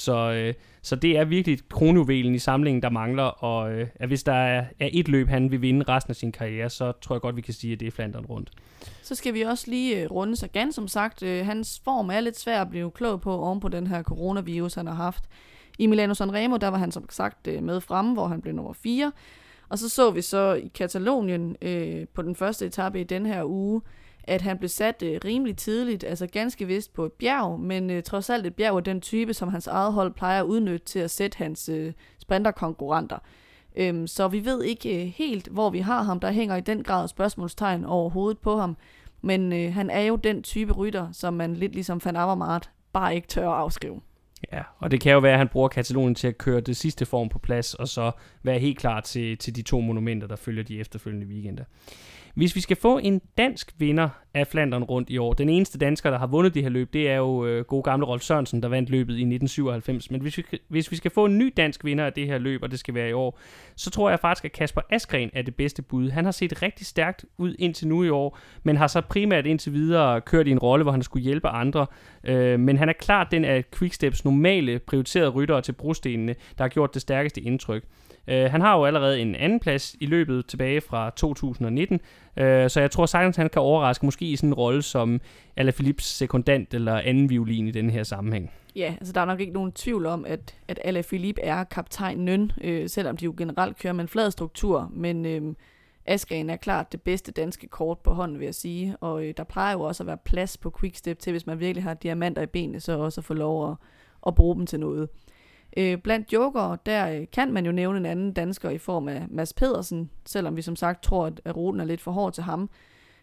Så det er virkelig kronjuvelen i samlingen, der mangler, og at hvis der er et løb, han vil vinde resten af sin karriere, så tror jeg godt, vi kan sige, at det er Flandern Rundt. Så skal vi også lige runde Sagan, som sagt. Hans form er lidt svær at blive klog på oven på den her coronavirus, han har haft. I Milano Sanremo, der var han som sagt med fremme, hvor han blev nummer 4. Og så vi så i Katalonien på den første etape i den her uge, at han blev sat rimelig tidligt, altså ganske vist på et bjerg, men trods alt et bjerg af den type, som hans eget hold plejer at udnytte til at sætte hans sprinterkonkurrenter. Så vi ved ikke helt, hvor vi har ham. Der hænger i den grad spørgsmålstegn over hovedet på ham. Men han er jo den type rytter, som man lidt ligesom Van Avermaet bare ikke tør at afskrive. Ja, og det kan jo være, at han bruger Katalonien til at køre det sidste form på plads, og så være helt klar til de 2 monumenter, der følger de efterfølgende weekender. Hvis vi skal få en dansk vinder af Flandern Rundt i år, den eneste dansker, der har vundet det her løb, det er jo gode gamle Rolf Sørensen, der vandt løbet i 1997. Men hvis vi skal få en ny dansk vinder af det her løb, og det skal være i år, så tror jeg faktisk, at Kasper Asgreen er det bedste bud. Han har set rigtig stærkt ud indtil nu i år, men har så primært indtil videre kørt i en rolle, hvor han skulle hjælpe andre. Men han er klart den af Quicksteps normale prioriterede ryttere til brostenene, der har gjort det stærkeste indtryk. Han har jo allerede en anden plads i løbet tilbage fra 2019, så jeg tror sagtens, han kan overraske måske i sådan en rolle som Alaphilippes sekundant eller anden violin i den her sammenhæng. Ja, altså der er nok ikke nogen tvivl om, at Alaphilippe er kaptajnen, selvom de jo generelt kører med en flad struktur, men Asgreen er klart det bedste danske kort på hånden, vil jeg sige, og der plejer jo også at være plads på Quickstep til, hvis man virkelig har diamanter i benene, så også at få lov at bruge dem til noget. Blandt jokere, der kan man jo nævne en anden dansker i form af Mads Pedersen, selvom vi som sagt tror, at ruten er lidt for hård til ham.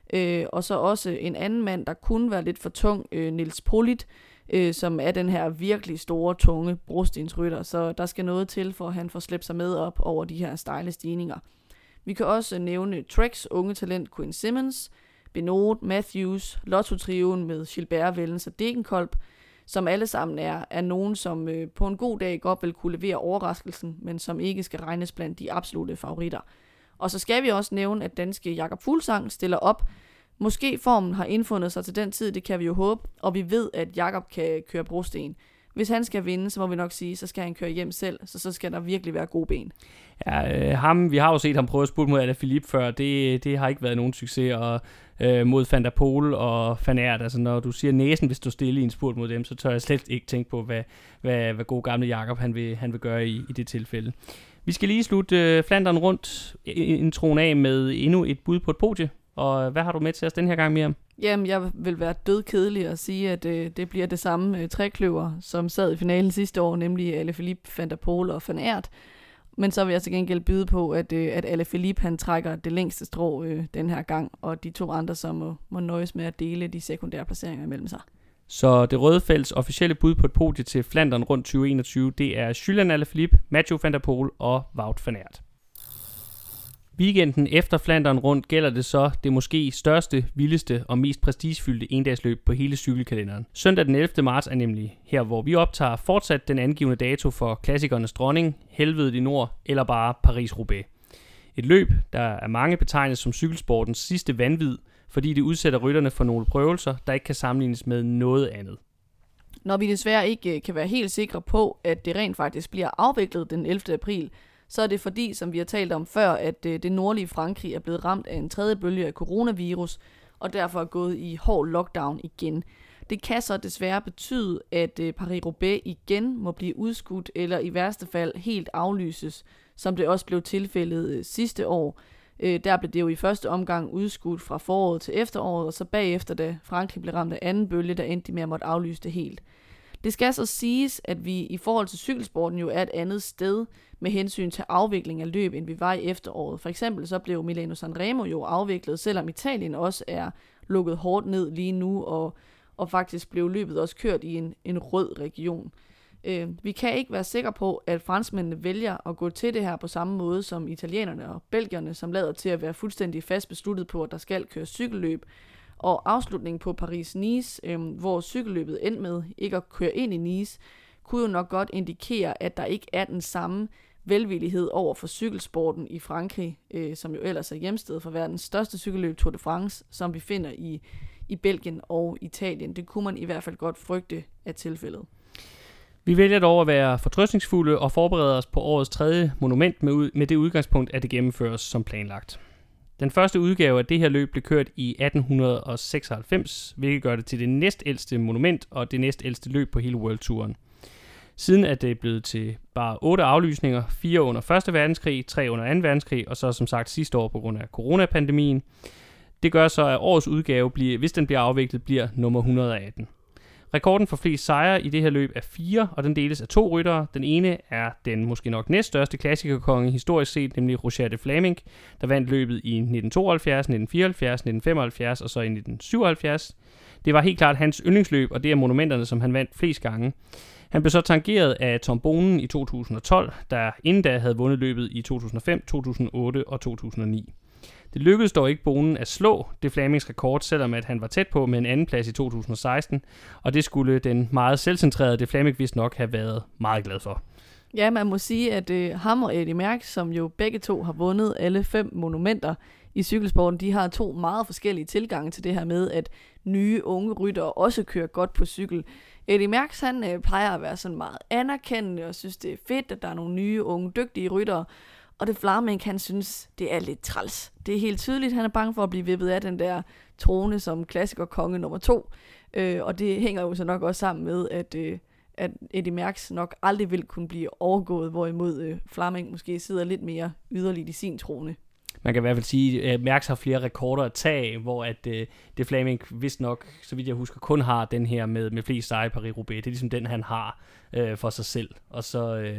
Og så også en anden mand, der kunne være lidt for tung, Niels Pollitt, som er den her virkelig store, tunge brostensrytter. Så der skal noget til, for at han får slæbt sig med op over de her stejle stigninger. Vi kan også nævne Treks unge talent Quinn Simmons, Benoit, Matthews, Lotto-trioen med Gilbert, Wellens og Degenkolb, som alle sammen er nogen, som på en god dag godt vil kunne levere overraskelsen, men som ikke skal regnes blandt de absolute favoritter. Og så skal vi også nævne, at danske Jakob Fuglsang stiller op. Måske formen har indfundet sig til den tid, det kan vi jo håbe, og vi ved, at Jakob kan køre brosten. Hvis han skal vinde, så må vi nok sige, så skal han køre hjem selv, så skal der virkelig være gode ben. Ja, vi har jo set ham prøve at spurte mod Alaphilippe før, det har ikke været nogen succes, og mod Van der Poel og Van Aert, altså når du siger næsen, hvis du stille i en spurt mod dem, så tør jeg slet ikke tænke på, hvad god gamle Jakob han vil gøre i det tilfælde. Vi skal lige slutte Flandern Rundt introen af med endnu et bud på et podie, og hvad har du med til os den her gang, Miriam? Jamen, jeg vil være dødkedelig at sige, at det bliver det samme trekløver, som sad i finalen sidste år, nemlig Alaphilippe, Van der Poel og Van Aert. Men så vil jeg til gengæld byde på, at Alaphilippe han trækker det længste strå den her gang, og de 2 andre så må nøjes med at dele de sekundære placeringer imellem sig. Så det røde felts officielle bud på et podie til Flandern Rundt 2021, det er Julian Alaphilippe, Mathieu van der Poel og Wout van Aert. Weekenden efter Flandern Rundt gælder det så det måske største, vildeste og mest prestigefyldte endagsløb på hele cykelkalenderen. Søndag den 11. marts er nemlig her, hvor vi optager fortsat den angivne dato for klassikernes dronning, Helvedet i Nord eller bare Paris-Roubaix. Et løb, der er mange betegnet som cykelsportens sidste vanvid, fordi det udsætter rytterne for nogle prøvelser, der ikke kan sammenlignes med noget andet. Når vi desværre ikke kan være helt sikre på, at det rent faktisk bliver afviklet den 11. april, så er det fordi, som vi har talt om før, at det nordlige Frankrig er blevet ramt af en tredje bølge af coronavirus, og derfor er gået i hård lockdown igen. Det kan så desværre betyde, at Paris-Roubaix igen må blive udskudt, eller i værste fald helt aflyses, som det også blev tilfældet sidste år. Der blev det jo i første omgang udskudt fra foråret til efteråret, og så bagefter, da Frankrig blev ramt af anden bølge, der endte de med at måtte aflyse det helt. Det skal så siges, at vi i forhold til cykelsporten jo er et andet sted med hensyn til afvikling af løb, end vi var i efteråret. For eksempel så blev Milano Sanremo jo afviklet, selvom Italien også er lukket hårdt ned lige nu, og faktisk blev løbet også kørt i en rød region. Vi kan ikke være sikre på, at franskmændene vælger at gå til det her på samme måde som italienerne og belgierne, som lader til at være fuldstændig fast besluttet på, at der skal køres cykelløb. Og afslutningen på Paris-Nice, hvor cykelløbet endte med ikke at køre ind i Nice, kunne jo nok godt indikere, at der ikke er den samme velvillighed over for cykelsporten i Frankrig, som jo ellers er hjemsted for verdens største cykelløb, Tour de France, som vi finder i Belgien og Italien. Det kunne man i hvert fald godt frygte af tilfældet. Vi vælger dog at være fortrøstningsfulde og forbereder os på årets tredje monument med det udgangspunkt, at det gennemføres som planlagt. Den første udgave af det her løb blev kørt i 1896, hvilket gør det til det næstældste monument og det næstældste løb på hele World Touren. Siden er det blevet til bare 8 aflysninger, 4 under 1. verdenskrig, 3 under 2. verdenskrig, og så som sagt sidste år på grund af coronapandemien. Det gør så, at årets udgave, hvis den bliver afviklet, bliver nummer 118. Rekorden for flest sejre i det her løb er 4, og den deles af 2 ryttere. Den ene er den måske nok næststørste klassikerkonge historisk set, nemlig Roger de Flaming, der vandt løbet i 1972, 1974, 1975 og så i 1977. Det var helt klart hans yndlingsløb, og det er monumenterne, som han vandt flest gange. Han blev så tangeret af Tom Boonen i 2012, der inden da havde vundet løbet i 2005, 2008 og 2009. Det lykkedes dog ikke Boonen at slå de Flamings rekord, selvom at han var tæt på med en anden plads i 2016, og det skulle den meget selvcentrerede de Flaming vist nok have været meget glad for. Ja, man må sige, at ham og Eddy Merckx, som jo begge to har vundet alle 5 monumenter i cykelsporten, de har 2 meget forskellige tilgange til det her med, at nye unge ryttere også kører godt på cykel. Eddy Merckx, han plejer at være sådan meget anerkendende og synes, det er fedt, at der er nogle nye, unge, dygtige ryttere. Og det Flaming, han synes, det er lidt træls. Det er helt tydeligt, han er bange for at blive vippet af den der trone som klassikerkonge nummer 2. Og det hænger jo så nok også sammen med, at Eddy Merckx nok aldrig vil kunne blive overgået, hvorimod Flaming måske sidder lidt mere yderligt i sin trone. Man kan i hvert fald sige, at Merckx har flere rekorder at tage, hvor at de Flaming vist nok, så vidt jeg husker, kun har den her med flest sejre i Paris-Roubaix. Det er ligesom den, han har for sig selv. Og så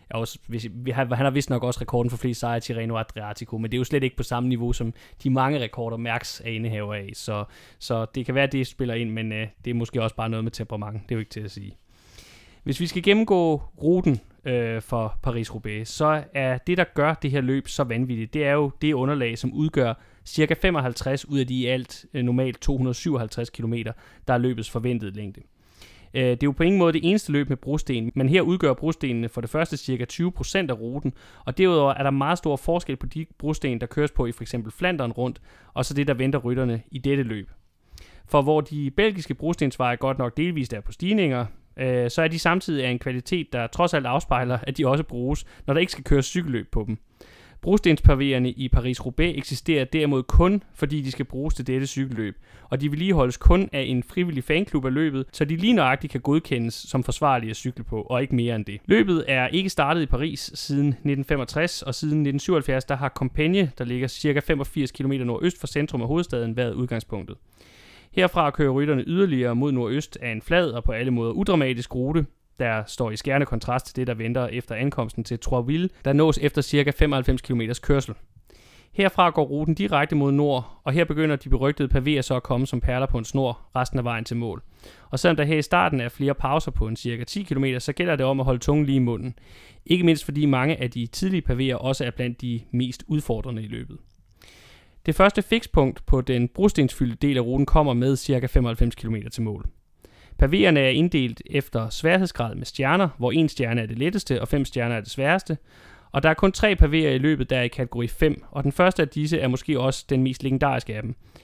han har vist nok også rekorden for flest sejre i Tirreno Adriatico, men det er jo slet ikke på samme niveau som de mange rekorder, Merckx er indehaver af. Så det kan være, at det spiller ind, men det er måske også bare noget med temperament. Det er jo ikke til at sige. Hvis vi skal gennemgå ruten for Paris-Roubaix, så er det, der gør det her løb så vanvittigt, det er jo det underlag, som udgør ca. 55 ud af de i alt normalt 257 km, der er løbets forventede længde. Det er jo på ingen måde det eneste løb med brosten, men her udgør brostenene for det første ca. 20% af ruten, og derudover er der meget stor forskel på de brosten, der køres på i f.eks. Flandern rundt, og så det, der venter rytterne i dette løb. For hvor de belgiske brostensveje godt nok delvist er på stigninger, så er de samtidig af en kvalitet, der trods alt afspejler, at de også bruges, når der ikke skal køres cykelløb på dem. Brostenspavéerne i Paris-Roubaix eksisterer derimod kun, fordi de skal bruges til dette cykelløb, og de vedligeholdes kun af en frivillig fanklub af løbet, så de lige nøjagtigt kan godkendes som forsvarlige at cykle på, og ikke mere end det. Løbet er ikke startet i Paris siden 1965, og siden 1977 der har Compiègne, der ligger ca. 85 km nordøst for centrum af hovedstaden, været udgangspunktet. Herfra kører rytterne yderligere mod nordøst af en flad og på alle måder udramatisk rute, der står i skærende kontrast til det, der venter efter ankomsten til Troisville, der nås efter ca. 95 km kørsel. Herfra går ruten direkte mod nord, og her begynder de berygtede pavéer så at komme som perler på en snor resten af vejen til mål. Og selvom der her i starten er flere pauser på en ca. 10 km, så gælder det om at holde tungen lige i munden. Ikke mindst fordi mange af de tidlige pavéer også er blandt de mest udfordrende i løbet. Det første fikspunkt på den brostensfyldte del af ruten kommer med ca. 95 km til mål. Pavéerne er inddelt efter sværhedsgrad med stjerner, hvor 1 stjerne er det letteste og 5 stjerner er det sværeste. Og der er kun 3 pavéer i løbet, der er i kategori 5, og den første af disse er måske også den mest legendariske af dem.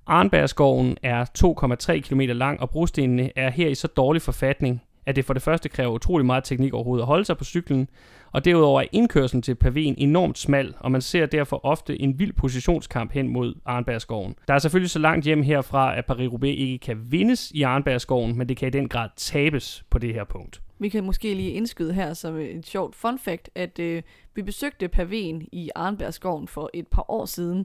Arnbergskoven er 2,3 km lang, og brostenene er her i så dårlig forfatning, at det for det første kræver utrolig meget teknik overhovedet at holde sig på cyklen, og derudover er indkørslen til pavéen enormt smal, og man ser derfor ofte en vild positionskamp hen mod Arnbergskoven. Der er selvfølgelig så langt hjem herfra, at Paris-Roubaix ikke kan vindes i Arnbergskoven, men det kan i den grad tabes på det her punkt. Vi kan måske lige indskyde her som et sjovt fun fact, at vi besøgte pavéen i Arnbergskoven for et par år siden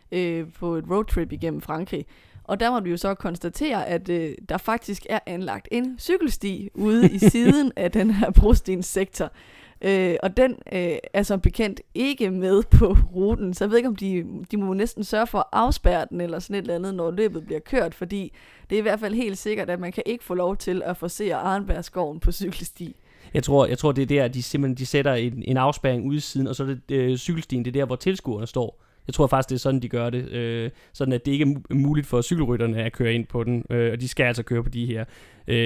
på et roadtrip igennem Frankrig. Og der må vi jo så konstatere, at der faktisk er anlagt en cykelsti ude i siden af den her brostenssektor. Og den er som bekendt ikke med på ruten, så jeg ved ikke, om de må næsten sørge for at afspærre den eller sådan et eller andet, når løbet bliver kørt, fordi det er i hvert fald helt sikkert, at man kan ikke få lov til at forsere Arnbergskoven på cykelsti. Jeg tror det er der, de sætter en afspærring ude i siden, og så er det cykelstien, det er der, hvor tilskuerne står. Jeg tror faktisk, det er sådan, de gør det. Sådan, at det ikke er muligt for cykelrytterne at køre ind på den. Og de skal altså køre på de her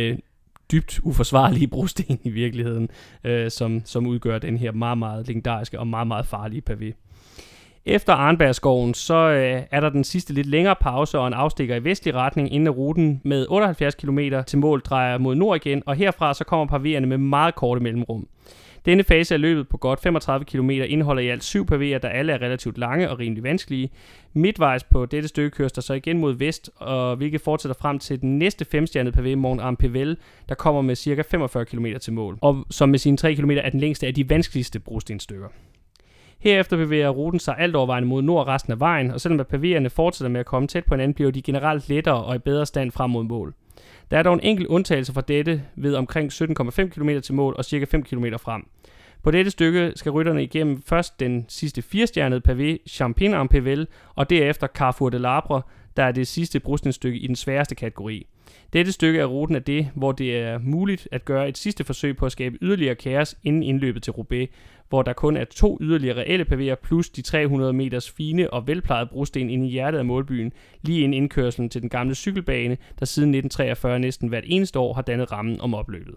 dybt uforsvarlige brosten i virkeligheden, som udgør den her meget, meget legendariske og meget, meget farlige pavé. Efter Arnbergskoven, så er der den sidste lidt længere pause og en afstikker i vestlig retning, inden ruten med 78 km til mål drejer mod nord igen, og herfra så kommer pavéerne med meget korte mellemrum. Denne fase af løbet på godt 35 km indeholder i alt 7 pavéer, der alle er relativt lange og rimelig vanskelige. Midtvejs på dette stykke køres der så igen mod vest, og hvilket fortsætter frem til den næste 5-stjernede pavé, Mont Ampével, der kommer med ca. 45 km til mål, og som med sine 3 km er den længste af de vanskeligste brostenstykker. Herefter bevæger ruten sig alt overvejende mod nord resten af vejen, og selvom pavéerne fortsætter med at komme tæt på hinanden, bliver de generelt lettere og i bedre stand frem mod mål. Der er dog en enkelt undtagelse fra dette ved omkring 17,5 km til mål og ca. 5 km frem. På dette stykke skal rytterne igennem først den sidste 4-stjernede pavé, Champin-Ampével, og derefter Carrefour de l'Arbre, der er det sidste brostenstykke i den sværeste kategori. Dette stykke af ruten er det, hvor det er muligt at gøre et sidste forsøg på at skabe yderligere kaos inden indløbet til Roubaix, hvor der kun er 2 yderligere reelle pavéer plus de 300 meters fine og velplejede brosten inde i hjertet af målbyen, lige inden indkørslen til den gamle cykelbane, der siden 1943 næsten hvert eneste år har dannet rammen om opløbet.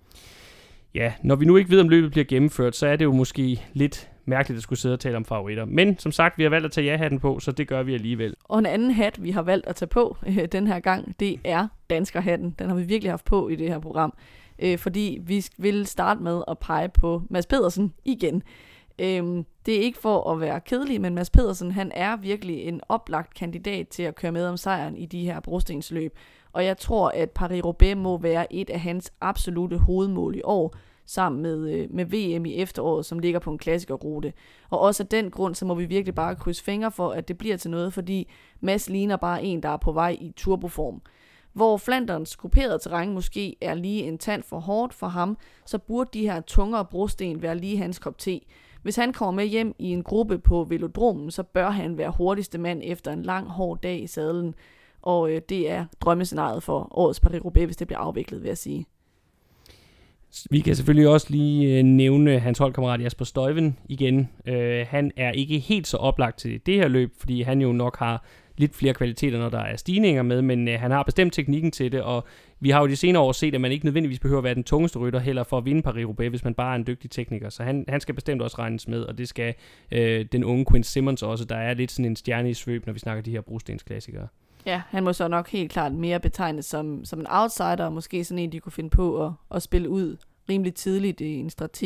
Ja, når vi nu ikke ved, om løbet bliver gennemført, så er det jo måske lidt mærkeligt at skulle sidde og tale om favoritter. Men som sagt, vi har valgt at tage ja-hatten på, så det gør vi alligevel. Og en anden hat, vi har valgt at tage på den her gang, det er danskerhatten. Den har vi virkelig haft på i det her program, fordi vi vil starte med at pege på Mads Pedersen igen. Det er ikke for at være kedelig, men Mads Pedersen, han er virkelig en oplagt kandidat til at køre med om sejren i de her brostensløb. Og jeg tror, at Paris-Roubaix må være et af hans absolute hovedmål i år, sammen med VM i efteråret, som ligger på en klassikerrute. Og også af den grund, så må vi virkelig bare krydse fingre for, at det bliver til noget, fordi Mads ligner bare en, der er på vej i turboform. Hvor Flanderns kuperede terræn måske er lige en tand for hårdt for ham, så burde de her tungere brosten være lige hans kop te. Hvis han kommer med hjem i en gruppe på velodromen, så bør han være hurtigste mand efter en lang, hård dag i sadlen. Og det er drømmescenariet for årets Paris-Roubaix, hvis det bliver afviklet, vil jeg sige. Vi kan selvfølgelig også lige nævne hans holdkammerat Jasper Stuyven igen. Han er ikke helt så oplagt til det her løb, fordi han jo nok har lidt flere kvaliteter, når der er stigninger med, men han har bestemt teknikken til det, og vi har jo de senere år set, at man ikke nødvendigvis behøver at være den tungeste rytter heller for at vinde Paris-Roubaix, hvis man bare er en dygtig tekniker. Så han skal bestemt også regnes med, og det skal den unge Quinn Simmons også, der er lidt sådan en stjerne i svøb, når vi snakker de her brostensklassikere. Ja, han må så nok helt klart mere betegnes som en outsider, og måske sådan en, de kunne finde på at spille ud rimelig tidligt i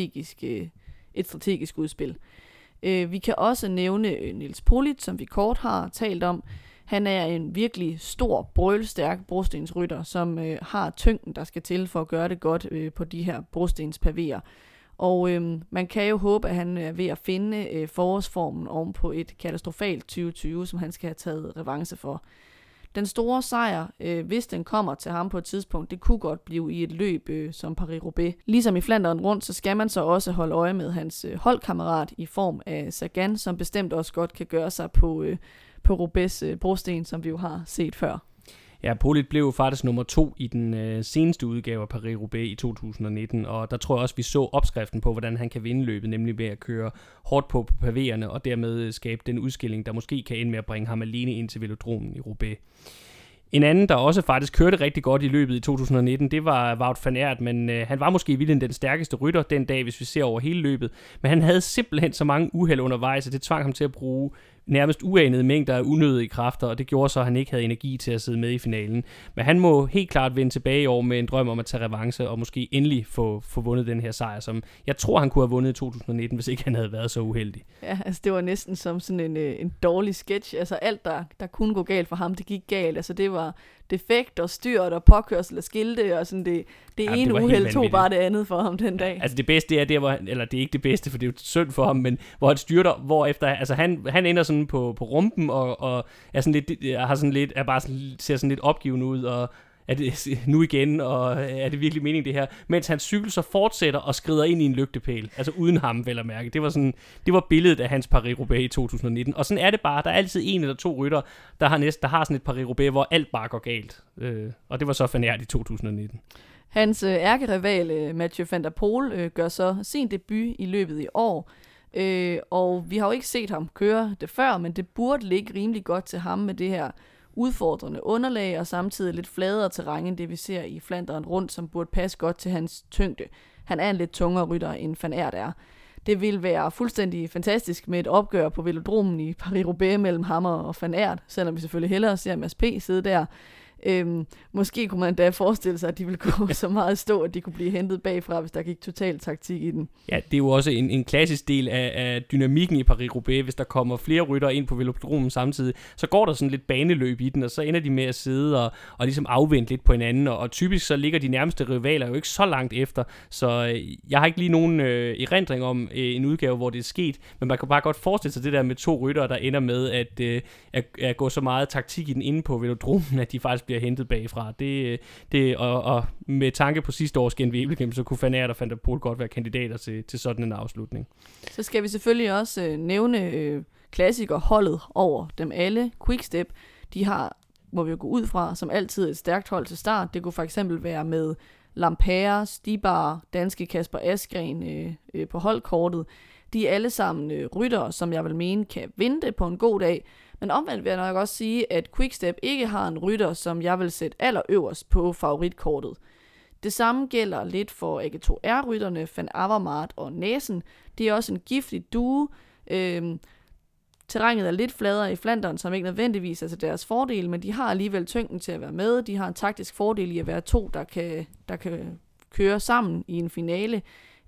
et strategisk udspil. Vi kan også nævne Niels Politt, som vi kort har talt om. Han er en virkelig stor, brølstærk brostensrytter, som har tyngden, der skal til for at gøre det godt på de her brostenspavéer. Og man kan jo håbe, at han er ved at finde forårsformen oven på et katastrofalt 2020, som han skal have taget revanche for. Den store sejr, hvis den kommer til ham på et tidspunkt, det kunne godt blive i et løb som Paris-Roubaix. Ligesom i Flandern rundt, så skal man så også holde øje med hans holdkammerat i form af Sagan, som bestemt også godt kan gøre sig på Roubaix brosten, som vi jo har set før. Ja, Politt blev faktisk nummer 2 i den seneste udgave af Paris-Roubaix i 2019, og der tror jeg også, vi så opskriften på, hvordan han kan vinde løbet, nemlig ved at køre hårdt på pavéerne, og dermed skabe den udskilling, der måske kan ende med at bringe ham alene ind til velodromen i Roubaix. En anden, der også faktisk kørte rigtig godt i løbet i 2019, det var Wout van Aert, men han var måske i virkeligheden den stærkeste rytter den dag, hvis vi ser over hele løbet. Men han havde simpelthen så mange uheld undervejs, at det tvang ham til at bruge nærmest uanede mængder af unødige kræfter, og det gjorde så, at han ikke havde energi til at sidde med i finalen. Men han må helt klart vende tilbage i år med en drøm om at tage revanche, og måske endelig få vundet den her sejr, som jeg tror, han kunne have vundet i 2019, hvis ikke han havde været så uheldig. Ja, altså det var næsten som sådan en dårlig sketch. Altså alt, der kunne gå galt for ham, det gik galt. Altså det var defekt og styrt og påkørsel af skilte, og sådan det ene uheld tog bare det andet for ham den dag. Altså det bedste er der, hvor eller det er ikke det bedste, for det er jo synd for ham, men hvor han styrter, hvor efter, altså han ender sådan på rumpen, og er sådan lidt, har sådan lidt, er bare sådan, ser sådan lidt opgivende ud, og er det nu igen, og er det virkelig meningen det her? Mens hans cykel så fortsætter og skrider ind i en lygtepæl, altså uden ham vel at mærke. Det var billedet af hans Paris-Roubaix i 2019, og sådan er det bare. Der er altid en eller to rytter, der har sådan et Paris-Roubaix, hvor alt bare går galt. Og det var så Van Aert i 2019. Hans ærkerival Mathieu van der Poel gør så sin debut i løbet i år, og vi har jo ikke set ham køre det før, men det burde ligge rimelig godt til ham med det her udfordrende underlag, og samtidig lidt fladere terræn end det, vi ser i Flandern rundt, som burde passe godt til hans tyngde. Han er en lidt tungere rytter, end Van Aert er. Det vil være fuldstændig fantastisk med et opgør på velodromen i Paris-Roubaix mellem ham og Van Aert, selvom vi selvfølgelig hellere ser Mads P. sidde der. Måske kunne man da forestille sig, at de ville gå så meget stå, at de kunne blive hentet bagfra, hvis der gik total taktik i den. Ja, det er jo også en klassisk del af dynamikken i Paris-Roubaix. Hvis der kommer flere ryttere ind på velodromen samtidig, så går der sådan lidt baneløb i den, og så ender de med at sidde og ligesom afvente lidt på hinanden, og typisk så ligger de nærmeste rivaler jo ikke så langt efter, så jeg har ikke lige nogen erindring om en udgave, hvor det er sket, men man kan bare godt forestille sig det der med to ryttere, der ender med at gå så meget taktik i den inde på velodromen, at de faktisk bliver hentet bagfra. Og med tanke på sidste års Gent-Wevelgem, så kunne Van Aert og Van der Poel godt være kandidater til sådan en afslutning. Så skal vi selvfølgelig også nævne klassikerholdet over dem alle. Quickstep, de har, må vi jo gå ud fra, som altid et stærkt hold til start. Det kunne for eksempel være med Lampere, Stibar, danske Kasper Asgreen på holdkortet. De er alle sammen ryttere, som jeg vil mene kan vinde på en god dag. Men omvendt vil jeg nok også sige, at Quickstep ikke har en rytter, som jeg vil sætte allerøverst på favoritkortet. Det samme gælder lidt for AG2R-rytterne, Van Avermaet og Naesen. Det er også en giftig duo. Terrænet er lidt fladere i Flandern, som ikke nødvendigvis er til deres fordel, men de har alligevel tyngden til at være med. De har en taktisk fordel i at være to, der kan køre sammen i en finale.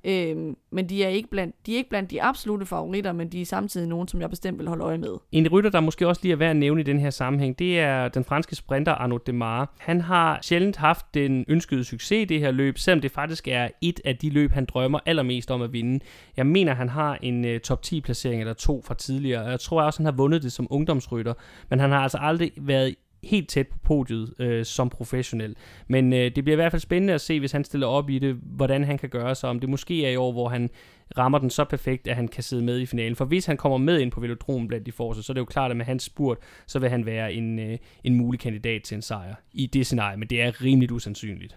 Men de er ikke blandt de absolute favoritter, men de er samtidig nogen, som jeg bestemt vil holde øje med. En rytter, der måske også lige er værd at nævne i den her sammenhæng, det er den franske sprinter Arnaud Démare. Han har sjældent haft den ønskede succes i det her løb, selvom det faktisk er et af de løb, han drømmer allermest om at vinde. Jeg mener, han har en top 10 placering eller to fra tidligere, og jeg tror også, han har vundet det som ungdomsrytter, men han har altså aldrig været helt tæt på podiet som professionel. Men det bliver i hvert fald spændende at se, hvis han stiller op i det, hvordan han kan gøre sig, om det måske er i år, hvor han rammer den så perfekt, at han kan sidde med i finalen. For hvis han kommer med ind på velodromen blandt de forreste, så er det jo klart, at med hans spurt, så vil han være en mulig kandidat til en sejr i det scenarie, men det er rimeligt usandsynligt.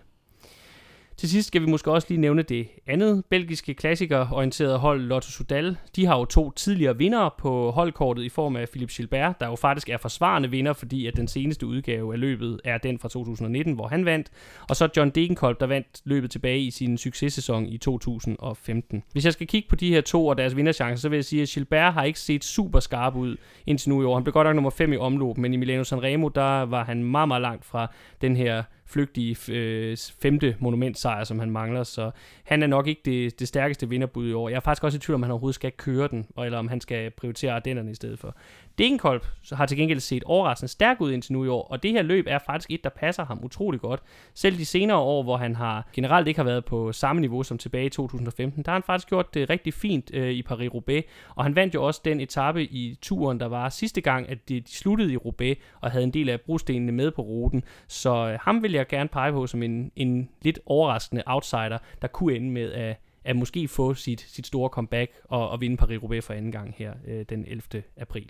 Til sidst skal vi måske også lige nævne det andet belgiske klassikerorienterede hold, Lotto Soudal. De har jo to tidligere vindere på holdkortet i form af Philippe Gilbert, der jo faktisk er forsvarende vinder, fordi at den seneste udgave af løbet er den fra 2019, hvor han vandt. Og så John Degenkolb, der vandt løbet tilbage i sin successæson i 2015. Hvis jeg skal kigge på de her to og deres vinderchancer, så vil jeg sige, at Gilbert har ikke set super skarp ud indtil nu i år. Han blev godt nok nummer 5 i omløb, men i Milano Sanremo, der var han meget, meget langt fra den her flygtige femte monumentsejr, som han mangler, så han er nok ikke det stærkeste vinderbud i år. Jeg er faktisk også i tvivl om han overhovedet skal køre den, eller om han skal prioritere Ardennerne i stedet for. Degenkolb har til gengæld set overraskende stærk ud indtil nu i år, og det her løb er faktisk et, der passer ham utrolig godt. Selv de senere år, hvor han har generelt ikke har været på samme niveau som tilbage i 2015, der har han faktisk gjort det rigtig fint i Paris-Roubaix, og han vandt jo også den etape i turen, der var sidste gang, at de sluttede i Roubaix, og havde en del af brostenene med på ruten, så ham vil jeg gerne pege på som en lidt overraskende outsider, der kunne ende med at måske få sit store comeback og vinde Paris-Roubaix for anden gang her den 11. april.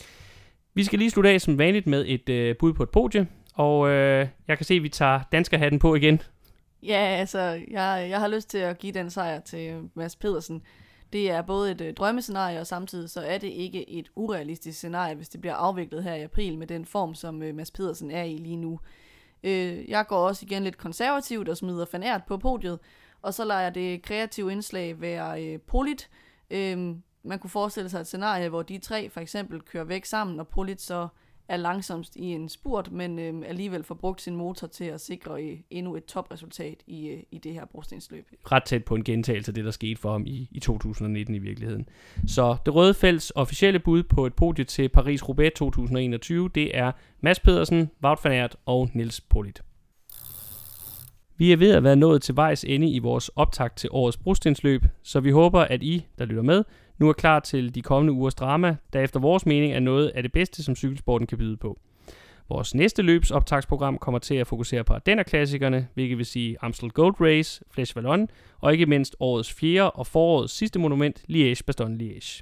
Vi skal lige slutte af som vanligt med et bud på et podie, og jeg kan se, at vi tager danskerhatten på igen. Ja, altså, jeg har lyst til at give den sejr til Mads Pedersen. Det er både et drømmescenarie, og samtidig så er det ikke et urealistisk scenarie, hvis det bliver afviklet her i april med den form, som Mads Pedersen er i lige nu. Jeg går også igen lidt konservativt og smider Van Aert på podiet, og så lader jeg det kreative indslag være Polit. man kunne forestille sig et scenarie, hvor de 3 for eksempel kører væk sammen, og Polic så er langsomst i en spurt, men alligevel får brugt sin motor til at sikre endnu et topresultat i det her brostensløb. Ret tæt på en gentagelse af det, der skete for ham i 2019 i virkeligheden. Så det røde felts officielle bud på et podie til Paris-Roubaix 2021, det er Mads Pedersen, Wout van Aert og Nils Polic. Vi er ved at være nået til vejs ende i vores optakt til årets brostensløb, så vi håber, at I, der lytter med, nu er klar til de kommende ugers drama, der efter vores mening er noget af det bedste, som cykelsporten kan byde på. Vores næste løbsoptagsprogram kommer til at fokusere på Ardenner-klassikerne, hvilket vil sige Amstel Gold Race, Flèche Wallonne og ikke mindst årets 4. og forårets sidste monument, Liège-Bastogne-Liège.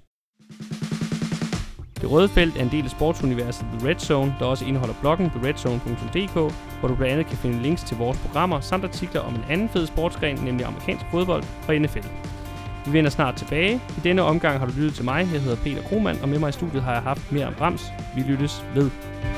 Det røde felt er en del af sportsuniverset The Red Zone, der også indeholder bloggen theredzone.dk, hvor du blandt andet kan finde links til vores programmer samt artikler om en anden fed sportsgren, nemlig amerikansk fodbold og NFL. Vi vender snart tilbage. I denne omgang har du lyttet til mig. Jeg hedder Peter Krohmann, og med mig i studiet har jeg haft Miriam Brams. Vi lyttes ved.